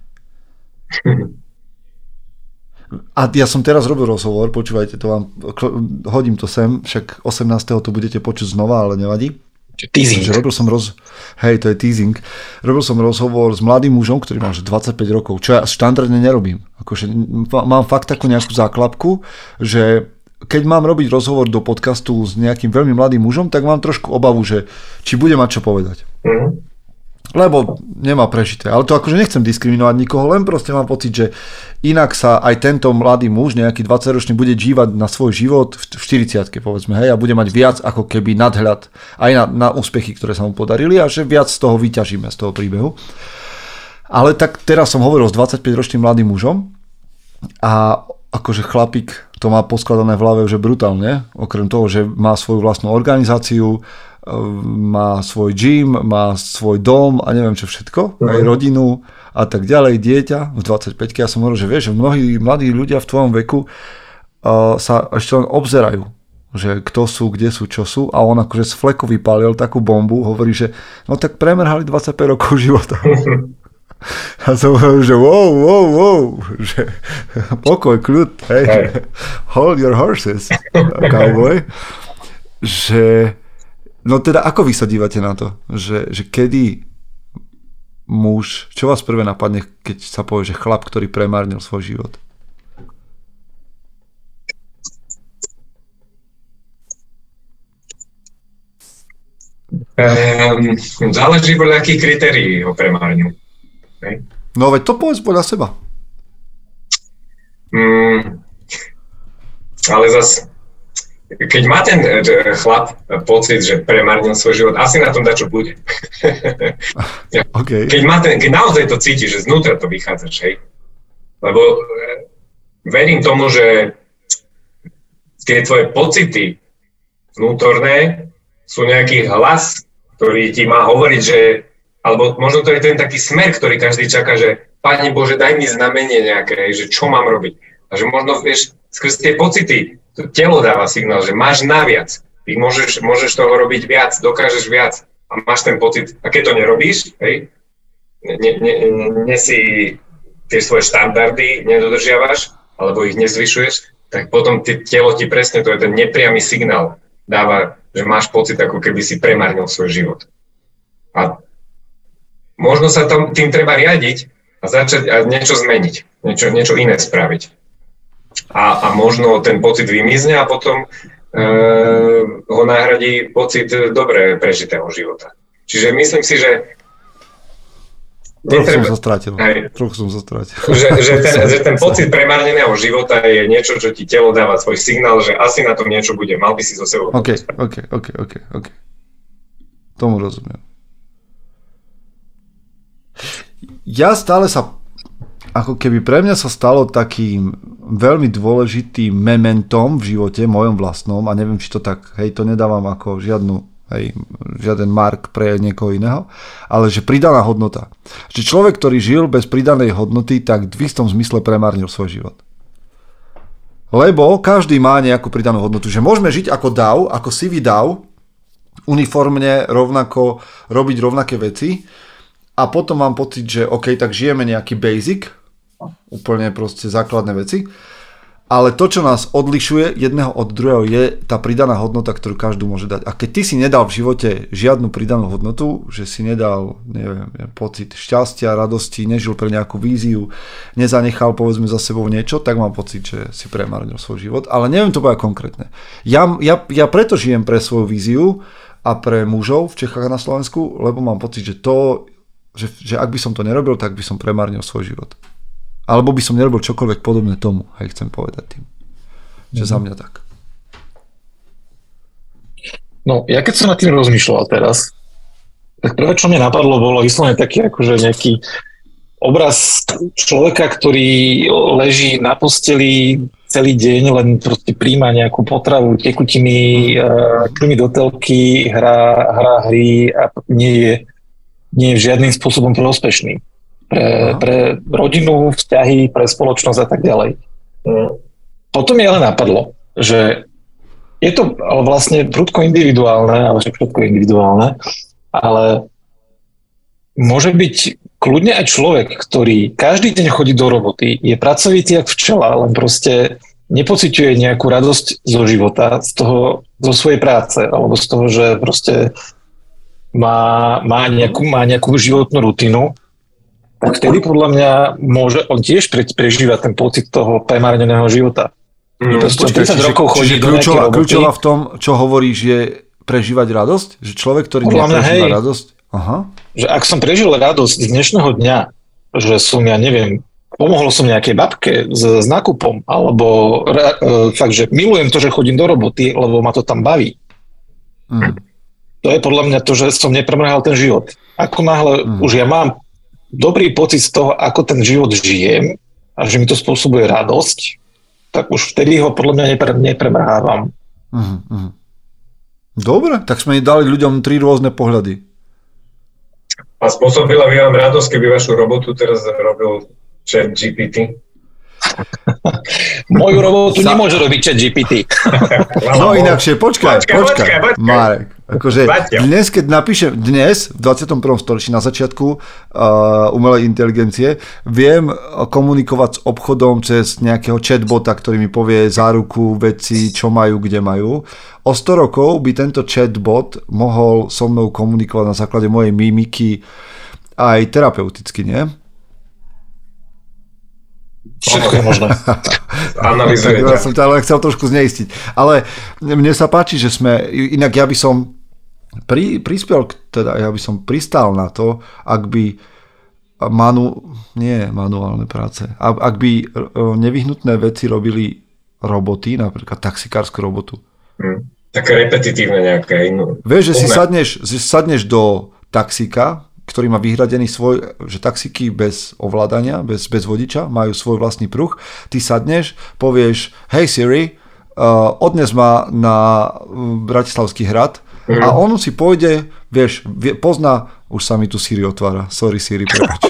A ja som teraz robil rozhovor, počúvajte, to vám hodím to sem, však 18. to budete počuť znova, ale nevadí. Teasing. Hej, to je teasing. Robil som rozhovor s mladým mužom, ktorý má 25 rokov, čo ja štandardne nerobím. Akože mám fakt takú nejakú záklapku, že keď mám robiť rozhovor do podcastu s nejakým veľmi mladým mužom, tak mám trošku obavu, že či bude mať čo povedať. Lebo nemá prežité. Ale to akože nechcem diskriminovať nikoho, len proste mám pocit, že inak sa aj tento mladý muž, nejaký 20-ročný, bude dívať na svoj život v 40-ke, povedzme, hej, a bude mať viac ako keby nadhľad aj na úspechy, ktoré sa mu podarili a že viac z toho vyťažíme, z toho príbehu. Ale tak teraz som hovoril s 25-ročným mladým mužom a akože chlapík to má poskladané v hlave, že brutálne, okrem toho, že má svoju vlastnú organizáciu, má svoj gym, má svoj dom a neviem čo všetko, aj rodinu a tak ďalej, dieťa v 25-ke. Ja som hovoril, že vieš, že mnohí mladí ľudia v tvojom veku sa ešte len obzerajú že kto sú, kde sú, čo sú a on akože z fleku vypálil takú bombu, hovorí, že no tak premerhali 25 rokov života. A som hovoril, že wow, že pokoj, kľud, hej, hold your horses, cowboy, že no teda ako vy sa dívate na to, že kedy muž, čo vás prvé napadne, keď sa povie, že chlap, ktorý premárnil svoj život? Záleží podľa akých kritérií ho premárnil. Okay. No veď to povedz podľa seba. Ale zas, keď má ten chlap pocit, že premárnil svoj život, asi na tom dačo bude. Okay. Keď naozaj to cíti, že znútra to vychádza, hej? Lebo verím tomu, že tie tvoje pocity vnútorné sú nejaký hlas, ktorý ti má hovoriť, že, alebo možno to je ten taký smer, ktorý každý čaká, že Pane Bože, daj mi znamenie nejaké, že čo mám robiť. A že možno, vieš, skrz tie pocity, to telo dáva signál, že máš naviac. Ty môžeš toho robiť viac, dokážeš viac a máš ten pocit. A keď to nerobíš, hej, si tie svoje štandardy nedodržiavaš, alebo ich nezvyšuješ, tak potom telo ti presne, to je ten nepriamy signál, dáva, že máš pocit, ako keby si premárnil svoj život. A možno sa tým treba riadiť a začať a niečo zmeniť, niečo iné spraviť. A možno ten pocit vymizne a potom ho nahradí pocit dobre prežitého života. Čiže myslím si, že Trochu som sa strátil. Že ten pocit premárneného života je niečo, čo ti telo dáva svoj signál, že asi na tom niečo bude. Mal by si so sebou. OK. Tomu rozumiem. Ja stále sa, ako keby pre mňa sa stalo takým veľmi dôležitým mementom v živote, mojom vlastnom, a neviem, či to tak, hej, to nedávam ako žiaden mark pre niekoho iného, ale že pridaná hodnota. Že človek, ktorý žil bez pridanej hodnoty, tak v istom zmysle premárnil svoj život. Lebo každý má nejakú pridanú hodnotu. Že môžeme žiť ako dav, ako sivý dav, uniformne, rovnako, robiť rovnaké veci a potom mám pocit, že OK, tak žijeme nejaký basic, úplne proste základné veci, ale to, čo nás odlišuje jedného od druhého, je tá pridaná hodnota, ktorú každý môže dať. A keď ty si nedal v živote žiadnu pridanú hodnotu, že si nedal, neviem, pocit šťastia, radosti, nežil pre nejakú víziu, nezanechal, povedzme, za sebou niečo, tak mám pocit, že si premárnil svoj život. Ale neviem to povedať konkrétne. Ja preto žijem pre svoju víziu a pre mužov v Čechách a na Slovensku, lebo mám pocit, že ak by som to nerobil, tak by som premárnil svoj život. Alebo by som nerobil čokoľvek podobné tomu, aj chcem povedať tým. Že za mňa tak. No, ja keď som nad tým rozmýšľal teraz, tak prvé, čo mne napadlo, bolo vyslovene taký akože nejaký obraz človeka, ktorý leží na posteli celý deň, len proste príjma nejakú potravu, tekutiny, krmi do telky, hrá hry a nie je žiadnym spôsobom prospešný. Pre rodinu, vzťahy, pre spoločnosť a tak ďalej. Potom mi ale napadlo, že je to vlastne prudko individuálne, ale všetko je individuálne, ale môže byť kľudne aj človek, ktorý každý deň chodí do roboty, je pracovitý jak včela, len proste nepociťuje nejakú radosť zo života, zo svojej práce, alebo z toho, že proste má nejakú životnú rutinu, tak vtedy podľa mňa môže on tiež prežívať ten pocit toho premárneného života. Čiže kľúčová v tom, čo hovoríš, je prežívať radosť? Že človek, ktorý neprežíva radosť? Aha. Že ak som prežil radosť z dnešného dňa, že som, ja neviem, pomohol som nejakej babke s nákupom, alebo fakt, že milujem to, že chodím do roboty, lebo ma to tam baví. To je podľa mňa to, že som nepremrhal ten život. Ako náhle už ja mám dobrý pocit z toho, ako ten život žijem a že mi to spôsobuje radosť, tak už vtedy ho podľa mňa nepremrhávam. Dobre, tak sme dali ľuďom 3 rôzne pohľady. A spôsobila by vám radosť, keby vašu robotu teraz robil ChatGPT? Moju robotu nemôže robiť ChatGPT. No inakšie, počkaj. Marek, akože dnes, keď napíšem, dnes, v 21. storočí, na začiatku umelej inteligencie, viem komunikovať s obchodom cez nejakého chatbota, ktorý mi povie záruku, veci, čo majú, kde majú. O 100 rokov by tento chatbot mohol so mnou komunikovať na základe mojej mimiky aj terapeuticky, nie? Všetko je možné. Ja som ťa ale chcel trošku zneistiť. Ale mne sa páči, že sme, inak ja by som prispel, teda ja by som pristal na to, ak by manuálne práce, ak by nevyhnutné veci robili roboty, napríklad taxikárskú robotu. Také repetitívne nejaké. Vieš, že si sadneš do taxíka, ktorý má vyhradený svoj, že taxíky bez ovládania, bez vodiča, majú svoj vlastný pruh. Ty sadneš, povieš, hej Siri, odnes ma na Bratislavský hrad a on si pôjde, vieš, pozná, už sa mi tu Siri otvára, sorry Siri, prepáč.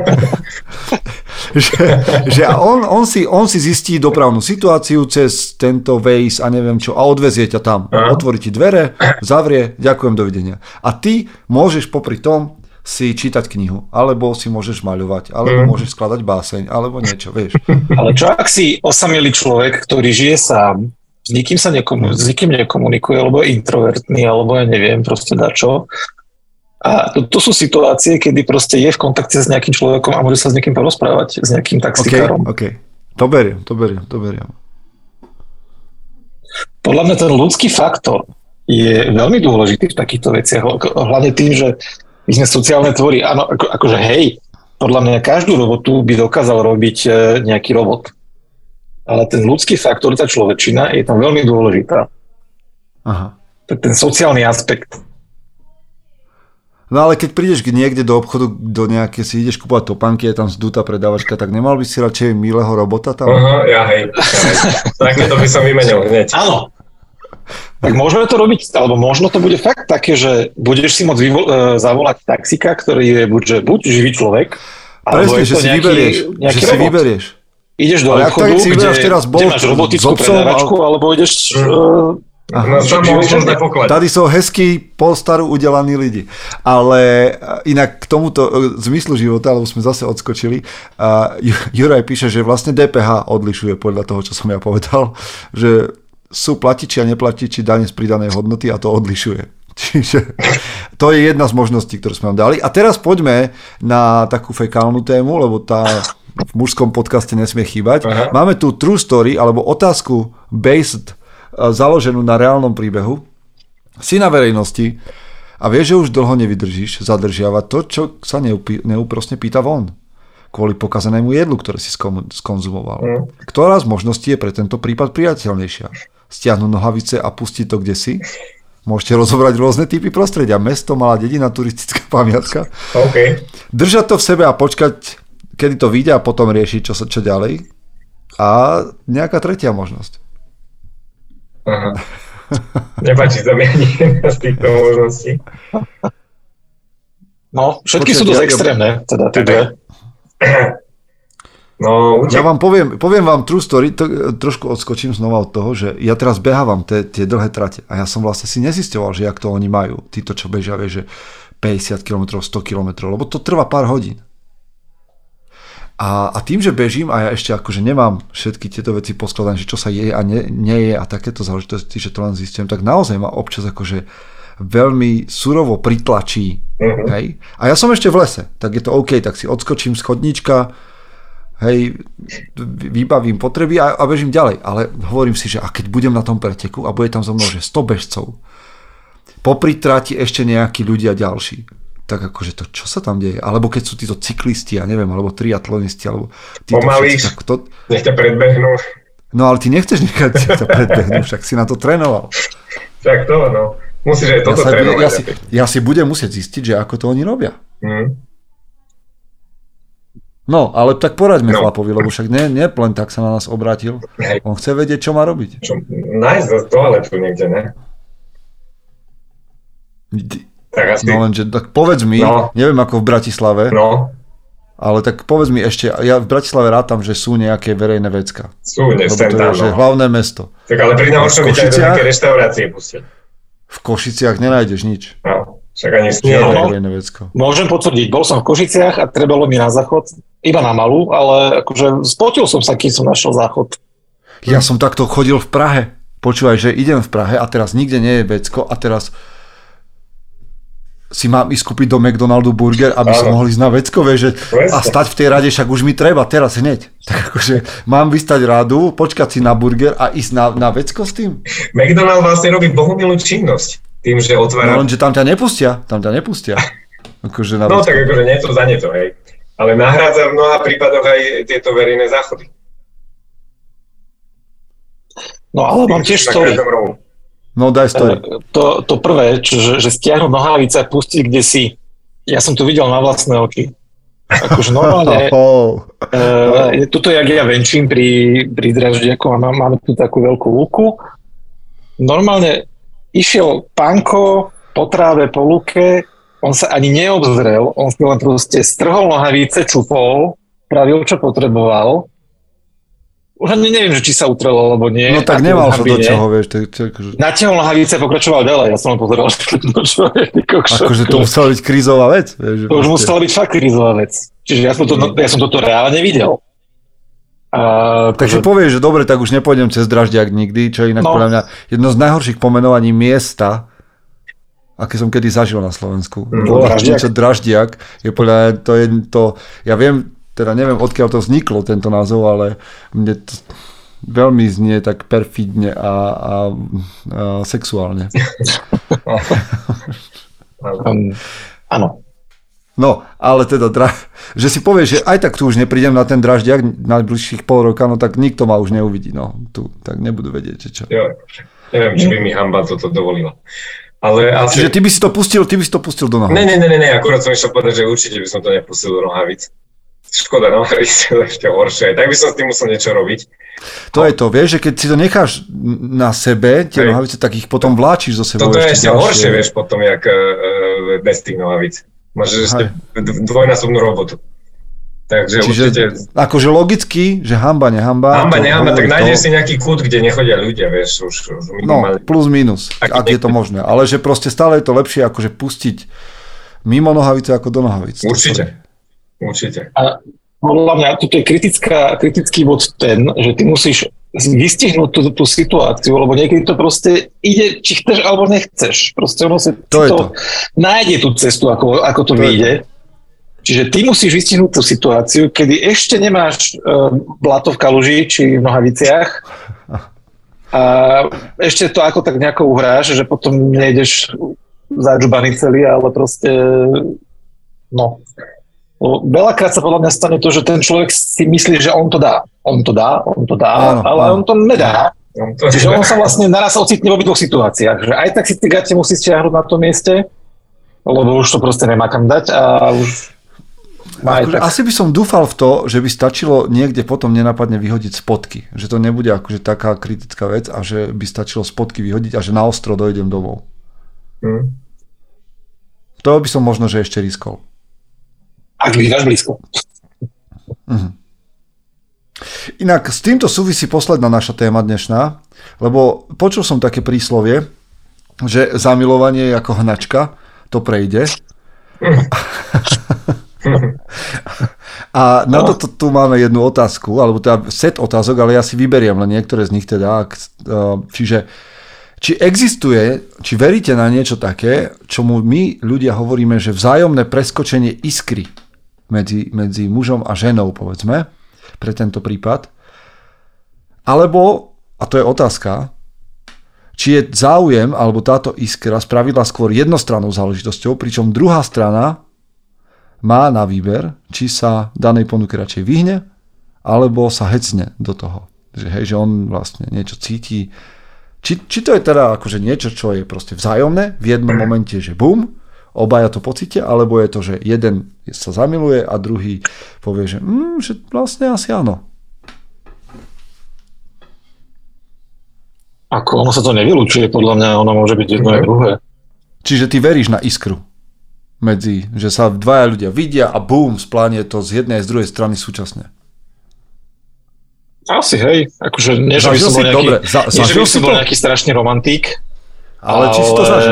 že on si zistí dopravnú situáciu cez tento Waze a neviem čo a odvezie ťa tam. Otvorí ti dvere, zavrie, ďakujem, dovidenia. A ty môžeš popri tom si čítať knihu, alebo si môžeš maľovať, alebo môžeš skladať báseň, alebo niečo, vieš. Ale čo ak si osamelý človek, ktorý žije sám, s nikým nekomunikuje, alebo je introvertný, alebo ja neviem, proste dačo. A to sú situácie, kedy proste je v kontakte s nejakým človekom a môže sa s niekým porozprávať, s nejakým taxikárom. OK. To beriem. Podľa mňa ten ľudský faktor je veľmi dôležitý v takýchto veciach, hlavne tým, že my sme sociálne tvory. Áno, akože hej, podľa mňa každú robotu by dokázal robiť nejaký robot. Ale ten ľudský faktor, tá človečina, je tam veľmi dôležitá. Aha. Ten sociálny aspekt. No ale keď prídeš niekde do obchodu, do nejaké, si ideš kúpovať topánky, je tam zdutá predávačka, tak nemal by si radšej milého robota tam? Hej. Takéto by som vymenil hneď. Áno. Tak môžeme to robiť, alebo možno to bude fakt také, že budeš si môcť zavolať taxika, ktorý je buď živý človek, alebo presne, je to nejaký si vyberieš. Ideš do obchodu, kde máš robotickú predávačku, alebo ideš... Tady sú hezkí, polstaru udelaní lidi. Ale inak k tomuto zmyslu života, lebo sme zase odskočili, Juraj píše, že vlastne DPH odlišuje podľa toho, čo som ja povedal, že sú platiči a neplatiči dane z pridanej hodnoty a to odlišuje. Čiže to je jedna z možností, ktorú sme vám dali. A teraz poďme na takú fekálnu tému, lebo tá v mužskom podcaste nesmie chýbať. Aha. Máme tu true story, alebo otázku based, založenú na reálnom príbehu. Si na verejnosti a vieš, že už dlho nevydržíš zadržiavať to, čo sa neúprosne pýta von. Kvôli pokazanému jedlu, ktoré si skonzumoval. Ktorá z možností je pre tento prípad priateľnejšia? Stiahnuť nohavice a pustiť to kdesi? Môžete rozobrať rôzne typy prostredia. Mesto, malá dedina, turistická pamiatka. Okay. Držať to v sebe a počkať, kedy to vyjde a potom riešiť, čo ďalej. A nejaká tretia možnosť. Aha. Nepáči sa mi ani jedna z týchto možností. No, všetky sú dosť extrémne, teda tie dve. No, ja vám poviem vám true story, trošku odskočím znova od toho, že ja teraz behávam tie dlhé trate a ja som vlastne si nezisťoval, že jak to oni majú, títo, čo bežia, že 50 km, 100 km, lebo to trvá pár hodín. A tým, že bežím a ja ešte akože nemám všetky tieto veci poskladané, že čo sa je a nie je a takéto záležitosti, že to len zistím, tak naozaj ma občas akože veľmi surovo pritlačí. Hej? A ja som ešte v lese, tak je to OK, tak si odskočím z chodníčka, hej, vybavím potreby a bežím ďalej. Ale hovorím si, že a keď budem na tom preteku a bude tam so mnou, že 100 bežcov, popri trati ešte nejakí ľudia ďalší, tak akože to, čo sa tam deje? Alebo keď sú títo cyklisti, ja neviem, alebo triatlonisti, alebo títo pomalíš, všetci, tak to... nech ťa predbehnú. No ale ty nechceš nechať ťa predbehnú, však si na to trénoval. Tak to, no. Musíš aj toto trénovať. Ja si budem musieť zistiť, že ako to oni robia. No, ale tak poraďme chlapovi, lebo však nie len tak sa na nás obrátil. On chce vedieť, čo má robiť. Nájsť do toaletu niekde, ne? Tak asi. No lenže, tak povedz mi, neviem ako v Bratislave, Ale tak povedz mi ešte, ja v Bratislave rátam, že sú nejaké verejné vecka. Sú, lebo to je že hlavné mesto. Tak ale pri najhoršom by ťa aj do nejaké reštaurácie pustiť. V Košiciach nenájdeš nič. No, však ani verejné vecko. Môžem potvrdiť, bol som v Košiciach a trebalo mi na záchod, iba na malú, ale akože spotil som sa, keď som našiel záchod. Ja som takto chodil v Prahe. Počúvaj, že idem v Prahe a teraz nikde nie je vecko a teraz si mám ísť kúpiť do McDonaldu burger, aby som mohol ísť na veckové, že a stať v tej rade, však už mi treba teraz hneď. Tak akože mám vystať radu, počkať si na burger a ísť na vecko s tým? McDonald vlastne robí bohumilú činnosť tým, že otvára... No lenže tam ťa nepustia. Akože na no vecko. Tak akože nie to za nie to, hej. Ale nahrádza v mnoha prípadoch aj tieto verejné záchody. No ale mám tiež story. No daj story. To prvé, že stiahnu nohavice a pustiť kde si. Ja som to videl na vlastné oči. Akože normálne, tuto jak ja venčím pri Draždiaku a máme tu takú veľkú lúku. Normálne išiel pánko po tráve, po lúke, on sa ani neobzrel, on si len proste strhol nohavice, čupol, pravil, čo potreboval. Už ani neviem, že či sa utrelo, alebo nie. No tak nemal sa do čoho, vieš. Natiahol nohavice, pokračoval ďalej. Ja som len pozeral, čo je. Akože to musela byť krízová vec. Vieš, to už musela byť fakt krízová vec. Čiže ja som toto reálne videl. Takže povieš, že dobre, tak už nepôjdem cez Draždiak nikdy, čo je inak podľa mňa jedno z najhorších pomenovaní miesta, aké som kedy zažil na Slovensku. Draždiak je podľa to, ja viem, teda neviem, odkiaľ to vzniklo, tento názov, ale mne to veľmi znie tak perfidne a sexuálne. Áno. No, ale teda, že si povieš, že aj tak tu už neprídem na ten Draždiak na najbližších pol roka, no tak nikto ma už neuvidí, no, tu, tak nebudú vedieť, že čo. Jo, neviem, či by mi hanba toto dovolila. Ale asi... Čiže ty by si to pustil do nohavic? Ne, akurát som išiel povedať, že určite by som to nepustil do nohavic. Škoda, no, ešte horšie. Tak by som s tým musel niečo robiť. To je to, vieš, že keď si to necháš na sebe, tie nohavice, tak ich potom vláčiš zo sebou. Toto je ešte horšie, vieš, potom, jak bez tých nohavic. Máš ešte dvojnásobnú robotu. Takže čiže určite... Akože logicky, že hanba, nehamba. Hanba, tak nájdeš si nejaký kút, kde nechodia ľudia, vieš, už minimálne. No, plus minus, ak je to možné. Ale že proste stále je to lepšie, akože pustiť mimo nohavice ako do nohavic. Určite. A podľa mňa toto je kritický bod ten, že ty musíš vystihnúť tú situáciu, lebo niekedy to proste ide, či chceš alebo nechceš. Proste ono sa to nájde tú cestu, ako to vyjde. Čiže ty musíš vystihnúť tú situáciu, kedy ešte nemáš blato v kaluži či v nohaviciach a ešte to ako tak nejako uhráš, že potom nejdeš zadžubaný celý, ale proste no... Veľakrát sa podľa mňa stane to, že ten človek si myslí, že on to dá, ale on to nedá. Čiže on sa vlastne naraz ocitne v obidvoch situáciách, že aj tak si tie gate musí stiahnuť na tom mieste, lebo už to proste nemá kam dať a už... Asi by som dúfal v to, že by stačilo niekde potom nenápadne vyhodiť spotky, že to nebude akože taká kritická vec a že by stačilo spotky vyhodiť a že na ostro dojdem domov. To by som možno, že ešte riskol. Ak bývaš blízko. Inak s týmto súvisí posledná naša téma dnešná, lebo počul som také príslovie, že zamilovanie je ako hnačka, to prejde. A na toto tu máme jednu otázku, alebo teda set otázok, ale ja si vyberiem len niektoré z nich teda. Čiže či existuje, či veríte na niečo také, čomu my ľudia hovoríme, že vzájomné preskočenie iskry medzi mužom a ženou, povedzme, pre tento prípad. Alebo, a to je otázka, či je záujem, alebo táto iskra spravidla skôr jednostrannou záležitosťou, pričom druhá strana má na výber, či sa danej ponuke radšej vyhne, alebo sa hecne do toho. Že on vlastne niečo cíti. Či to je teda akože niečo, čo je proste vzájomné, v jednom momente, že bum, obaja to pocítia, alebo je to, že jeden sa zamiluje a druhý povie, že vlastne asi áno. Ako ono sa to nevylučuje, podľa mňa ono môže byť jedno aj druhé. Čiže ty veríš na iskru? že sa dvaja ľudia vidia a bum, splánie to z jednej a z druhej strany súčasne. Asi, hej. Akože nie, že by som bol nejaký strašný romantík. Ale či si to zažil?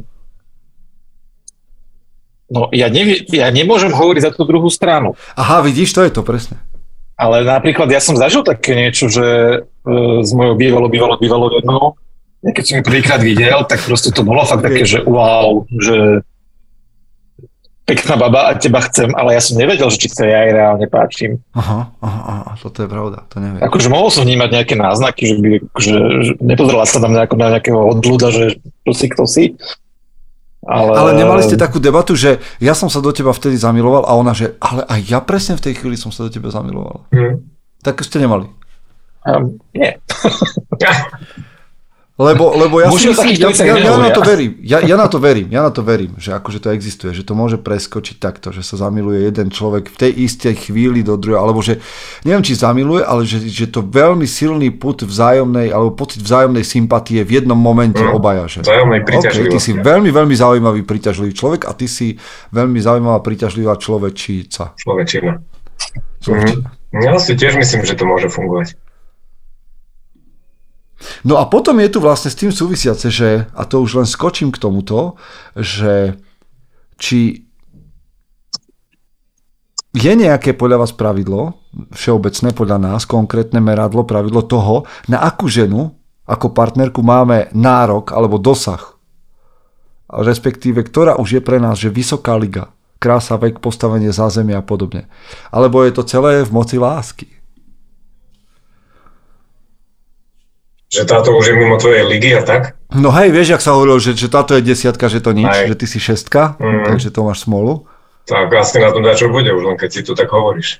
No, ja nemôžem hovoriť za tú druhú stranu. Aha, vidíš, to je to presne. Ale napríklad ja som zažil také niečo, že z mojou bývalo jednou, keď som ju prvýkrát videl, tak proste to bolo fakt také, že wow, že pekná baba a teba chcem, ale ja som nevedel, že či sa ja aj reálne páčim. Aha, toto je pravda, to neviem. Akože mohol som vnímať nejaké náznaky, že by že nepozerala sa tam na nejakého odľuda, že kto si. Ale nemali ste takú debatu, že ja som sa do teba vtedy zamiloval a ona, že ale aj ja presne v tej chvíli som sa do teba zamiloval. Tak ste nemali? Nie. Lebo ja si myslím, ja na to verím. Ja na to verím, že akože to existuje, že to môže preskočiť takto, že sa zamiluje jeden človek v tej istej chvíli do druhého, alebo že, neviem či zamiluje, ale že to veľmi silný pud vzájomnej, alebo pocit vzájomnej sympatie v jednom momente obaja. Že, vzájomnej príťažlivosti. Ty si veľmi, veľmi zaujímavý, príťažlivý človek a ty si veľmi zaujímavá, príťažlivá človečíca. Človečina. Ja si tiež myslím, že to môže fungovať. No a potom je tu vlastne s tým súvisiace, že, a to už len skočím k tomuto, že či je nejaké podľa vás pravidlo, všeobecné podľa nás, konkrétne meradlo, pravidlo toho, na akú ženu, ako partnerku máme nárok alebo dosah, respektíve ktorá už je pre nás, že vysoká liga, krása, vek, postavenie, zázemie a podobne. Alebo je to celé v moci lásky. Že táto už je mimo tvojej ligy a tak? No hej, vieš, jak sa hovorilo, že táto je 10, že to nič, že ty si 6, takže to máš smolu. Tak asi na tom dačo bude, už len keď si tu tak hovoríš.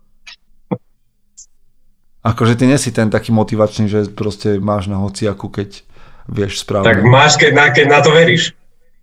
Akože ty nesi ten taký motivačný, že proste máš na hociaku, keď vieš správne. Tak máš, keď na to veríš.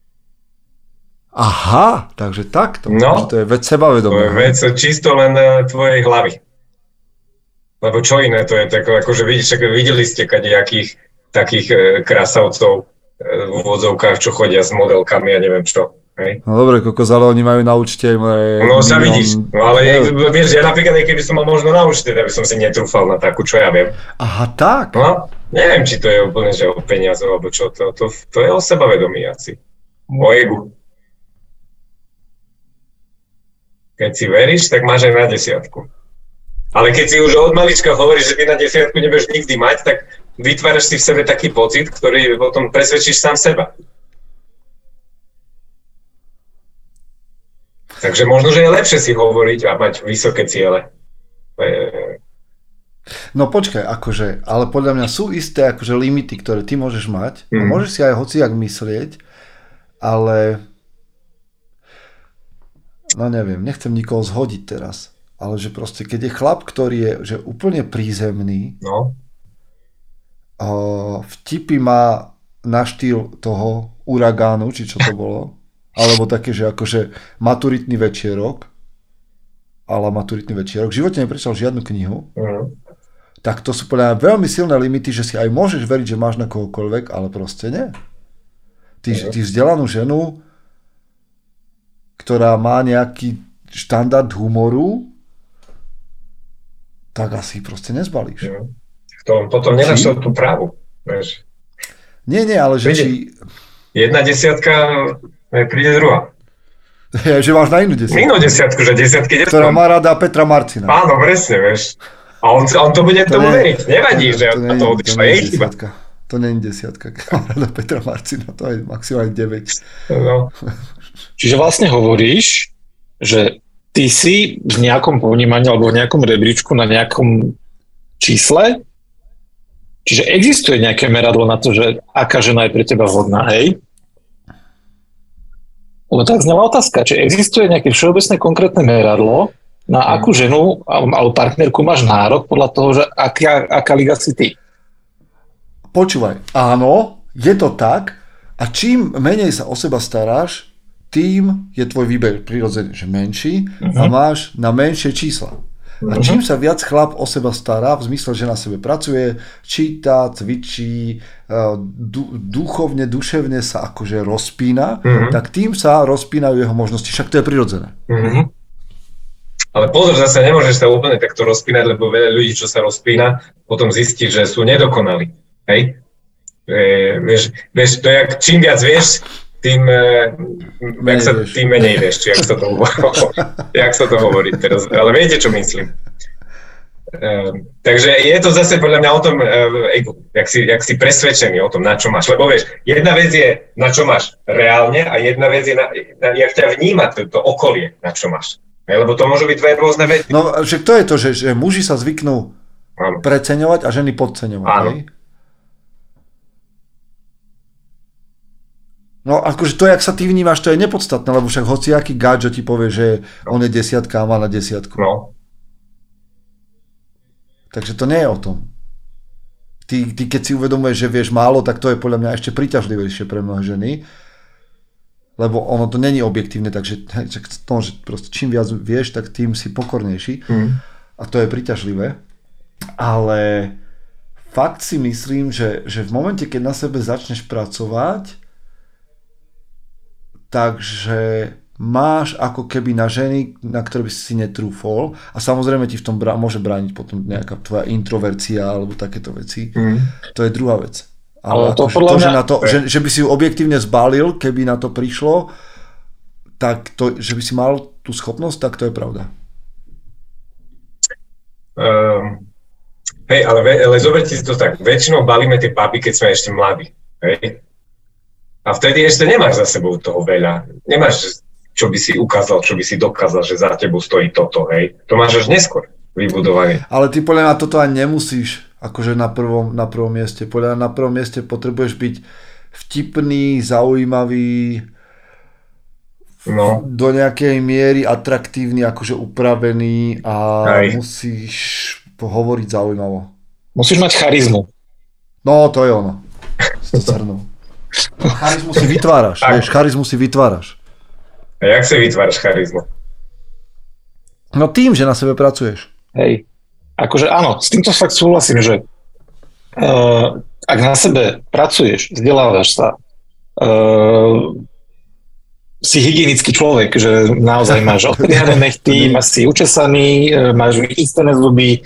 Aha, takže takto. No, to je vec sebavedomia. To je vec čisto len tvojej hlavy. Lebo čo iné to je, tak akože videli ste kadejakých takých krásavcov v úvodzovkách, čo chodia s modelkami a neviem čo. Hej? No dobre, kokos, ale oni majú na účte no sa vidíš, no ale vieš, ja napríklad, keby som mal možno na účte, tak by som si netrúfal na takú, čo ja viem. Aha, tak? No, neviem, či to je úplne, že o peniaze, alebo čo, to je o sebavedomí asi. O egu. Keď si veríš, tak máš aj na 10. Ale keď si už od malička hovoríš, že ty na 10 nebudeš nikdy mať, tak vytváraš si v sebe taký pocit, ktorý potom presvedčíš sám seba. Takže možno, že je lepšie si hovoriť a mať vysoké ciele. No počkaj, akože, ale podľa mňa sú isté akože limity, ktoré ty môžeš mať. A môžeš si aj hociak myslieť, ale no neviem, nechcem nikoho zhodiť teraz. Ale že proste, keď je chlap, ktorý je že úplne prízemný, vtipy má na štýl toho uragánu, či čo to bolo, alebo také, že akože maturitný večierok, v živote neprečítal žiadnu knihu, tak to sú podľa mňa veľmi silné limity, že si aj môžeš veriť, že máš na kohokoľvek, ale proste nie. Ty vzdelanú ženu, ktorá má nejaký štandard humoru, tak asi proste nezbalíš. Potom nenašiel tú právu. Vieš. Nie, ale že či... 1/10 príde druhá. Že máš na inú 10. Inú 10, že 10 ktorá má rada Petra Marcina. Áno, presne, vieš. A on to bude tomu veriť. Nevadí, že na to odišla. To nie je 10, ktorá má rada Petra Marcina. To je maximálne 9. No. Čiže vlastne hovoríš, že ty si v nejakom ponímaní alebo v nejakom rebríčku na nejakom čísle, čiže existuje nejaké meradlo na to, že aká žena je pre teba vhodná, hej? Lebo tak znela otázka, či existuje nejaké všeobecné konkrétne meradlo, na akú ženu alebo partnerku máš nárok podľa toho, že aká liga si ty? Počúvaj, áno, je to tak a čím menej sa o seba staráš, tým je tvoj výber prirodzene, že menší a máš na menšie čísla. A čím sa viac chlap o seba stará, v zmysle, že na sebe pracuje, číta, cvičí, duchovne, duševne sa akože rozpína, tak tým sa rozpínajú jeho možnosti. Však to je prirodzené. Ale pozor, zase nemôžeš sa úplne takto rozpínať, lebo veľa ľudí, čo sa rozpína, potom zistí, že sú nedokonalí. Hej? Vieš, to je, čím viac vieš, tým menej vieš, či jak sa to hovorí teraz. Ale viete, čo myslím. Takže je to zase podľa mňa o tom, jak si presvedčený o tom, na čo máš. Lebo vieš, jedna vec je, na čo máš reálne a jedna vec je, jak ťa vníma to okolie, na čo máš. Lebo to môžu byť dve rôzne veci. No, že to je to, že muži sa zvyknú preceňovať a ženy podceňovať. Áno. Hej? No akože to, jak sa ty vnímaš, to je nepodstatné, lebo však hociaký gáčo ti povie, že on je 10 a má na 10. No. Takže to nie je o tom. Ty keď si uvedomuješ, že vieš málo, tak to je podľa mňa ešte príťažlivejšie pre mnohé ženy. Lebo ono to není objektívne, takže že proste čím viac vieš, tak tým si pokornejší. A to je príťažlivé. Ale fakt si myslím, že v momente, keď na sebe začneš pracovať, takže máš ako keby na ženy, na ktoré by si netrúfol, a samozrejme ti v tom môže brániť potom nejaká tvoja introvercia alebo takéto veci. To je druhá vec. Ale to že by si ju objektívne zbalil, keby na to prišlo, tak to, že by si mal tú schopnosť, tak to je pravda. Hej, ale zoberte si to tak, väčšinou balíme tie baby, keď sme ešte mladí. Hej? A vtedy ešte nemáš za sebou toho veľa. Nemáš, čo by si ukázal, čo by si dokázal, že za tebou stojí toto, hej. To máš až neskôr vybudované. Ale ty podľa mňa toto ani nemusíš, akože na prvom mieste. Podľa mňa na prvom mieste potrebuješ byť vtipný, zaujímavý, do nejakej miery atraktívny, akože upravený a musíš hovoriť zaujímavo. Musíš mať charizmu. No, to je ono. Charizmu si vytváraš, vieš, charizmu si vytváraš. A jak si vytváraš charizmu? No tým, že na sebe pracuješ. Hej, akože áno, s týmto fakt súhlasím, že ak na sebe pracuješ, vzdelávaš sa, si hygienický človek, že naozaj máš odstrihané nechty, máš si učesaný, máš vyčistené zuby,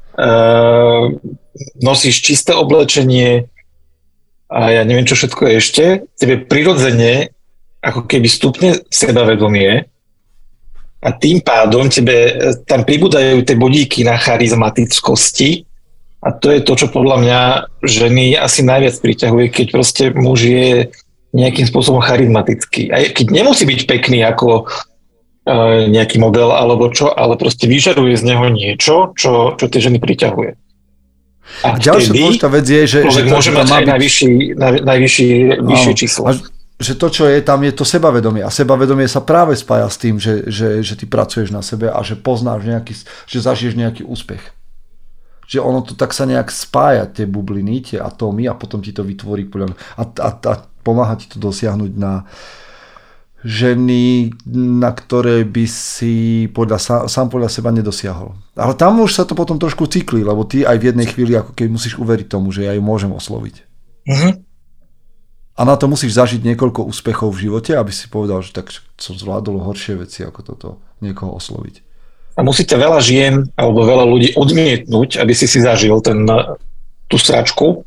nosíš čisté oblečenie, a ja neviem, čo všetko je ešte, tebe prirodzene ako keby stupne sebavedomie a tým pádom tebe tam pribúdajú tie bodíky na charizmatickosti a to je to, čo podľa mňa ženy asi najviac priťahuje, keď proste muž je nejakým spôsobom charizmatický. A keď nemusí byť pekný ako nejaký model alebo čo, ale proste vyžaruje z neho niečo, čo tie ženy priťahuje. A ďalšia dôležitá vec je, že môže mať aj najvyššie číslo. Že to, čo je, tam je to sebavedomie. A sebavedomie sa práve spája s tým, že ty pracuješ na sebe a že poznáš že zažiješ nejaký úspech. Že ono to tak sa nejak spája, tie bubliny, tie atómy a potom ti to vytvorí a pomáha ti to dosiahnuť na ženy, na ktoré by si sám podľa seba nedosiahol. Ale tam už sa to potom trošku cykli, lebo ty aj v jednej chvíli ako keď musíš uveriť tomu, že ja ju môžem osloviť. A na to musíš zažiť niekoľko úspechov v živote, aby si povedal, že tak som zvládol horšie veci ako toto, niekoho osloviť. A musíte veľa žien alebo veľa ľudí odmietnúť, aby si zažil tú sračku.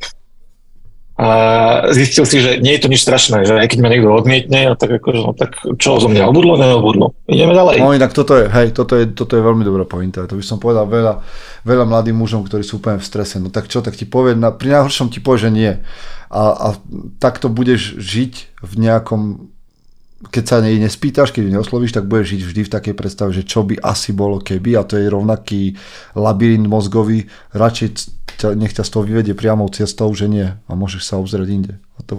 A zistil si, že nie je to nič strašné, že aj keď ma niekto odmietne, tak čo zo mňa obudlo, neobudlo. Ideme ďalej. No inak toto je veľmi dobrá pointa. To by som povedal veľa mladým mužom, ktorí sú úplne v strese. No tak čo, tak ti povie, pri najhoršom ti povie, že nie. A takto budeš žiť v nejakom, keď sa nej nespýtaš, keď ju neoslovíš, tak budeš žiť vždy v takej predstave, že čo by asi bolo keby, a to je rovnaký labyrint mozgový, radšej nech ťa z toho vyvedie priamou cestou, že nie, a môžeš sa obzrieť inde.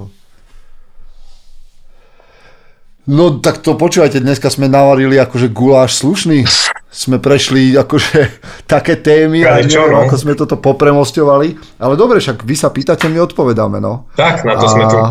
No tak to počúvajte, dneska sme navarili akože guláš slušný, sme prešli akože také témy a neviem, ako sme toto popremosťovali, ale dobre, však vy sa pýtate, my odpovedáme, no. Tak, na to sme tu.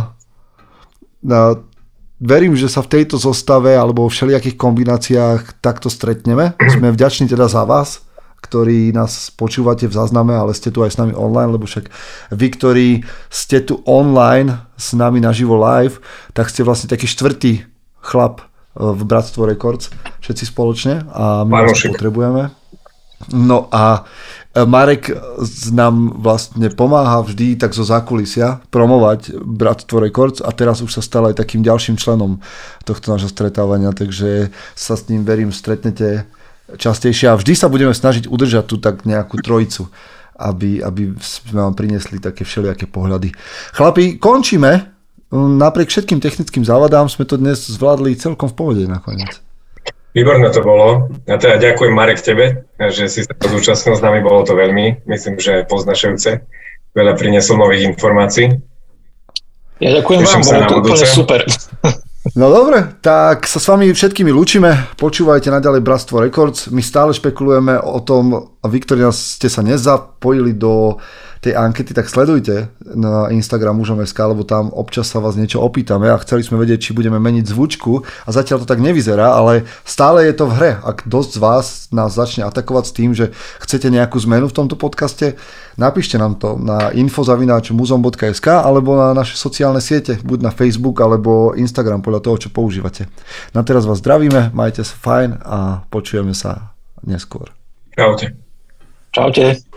Verím, že sa v tejto zostave alebo vo všelijakých kombináciách takto stretneme. Sme vďační teda za vás, ktorí nás počúvate v zázname, ale ste tu aj s nami online, lebo však vy, ktorí ste tu online s nami naživo live, tak ste vlastne taký štvrtý chlap v Bratstvo Records, všetci spoločne a my vás potrebujeme. No a Marek nám vlastne pomáha vždy tak zo zákulisia promovať Bratstvo Records a teraz už sa stal aj takým ďalším členom tohto nášho stretávania, takže sa s ním, verím, stretnete častejšie a vždy sa budeme snažiť udržať tu tak nejakú trojicu, aby sme vám priniesli také všelijaké pohľady. Chlapi, končíme. Napriek všetkým technickým závadám sme to dnes zvládli celkom v pohode nakoniec. Výborné to bolo. A teda ďakujem, Marek, tebe, že si sa zúčastnil s nami, bolo to veľmi, myslím, že poznašajúce. Veľa priniesol nových informácií. Ja ďakujem vám, bolo to úplne super. No dobre, tak sa s vami všetkými lúčime, počúvajte naďalej Bratstvo Records, my stále špekulujeme o tom, a vy, ktorí ste sa nezapojili do tej ankety, tak sledujte na Instagram mužom.sk, lebo tam občas sa vás niečo opýtame a chceli sme vedieť, či budeme meniť zvučku a zatiaľ to tak nevyzerá, ale stále je to v hre. Ak dosť z vás nás začne atakovať s tým, že chcete nejakú zmenu v tomto podcaste, napíšte nám to na info@muzom.sk alebo na naše sociálne siete, buď na Facebook alebo Instagram, podľa toho, čo používate. Na teraz vás zdravíme, majte sa fajn a počujeme sa neskôr. Čaute. Čaute.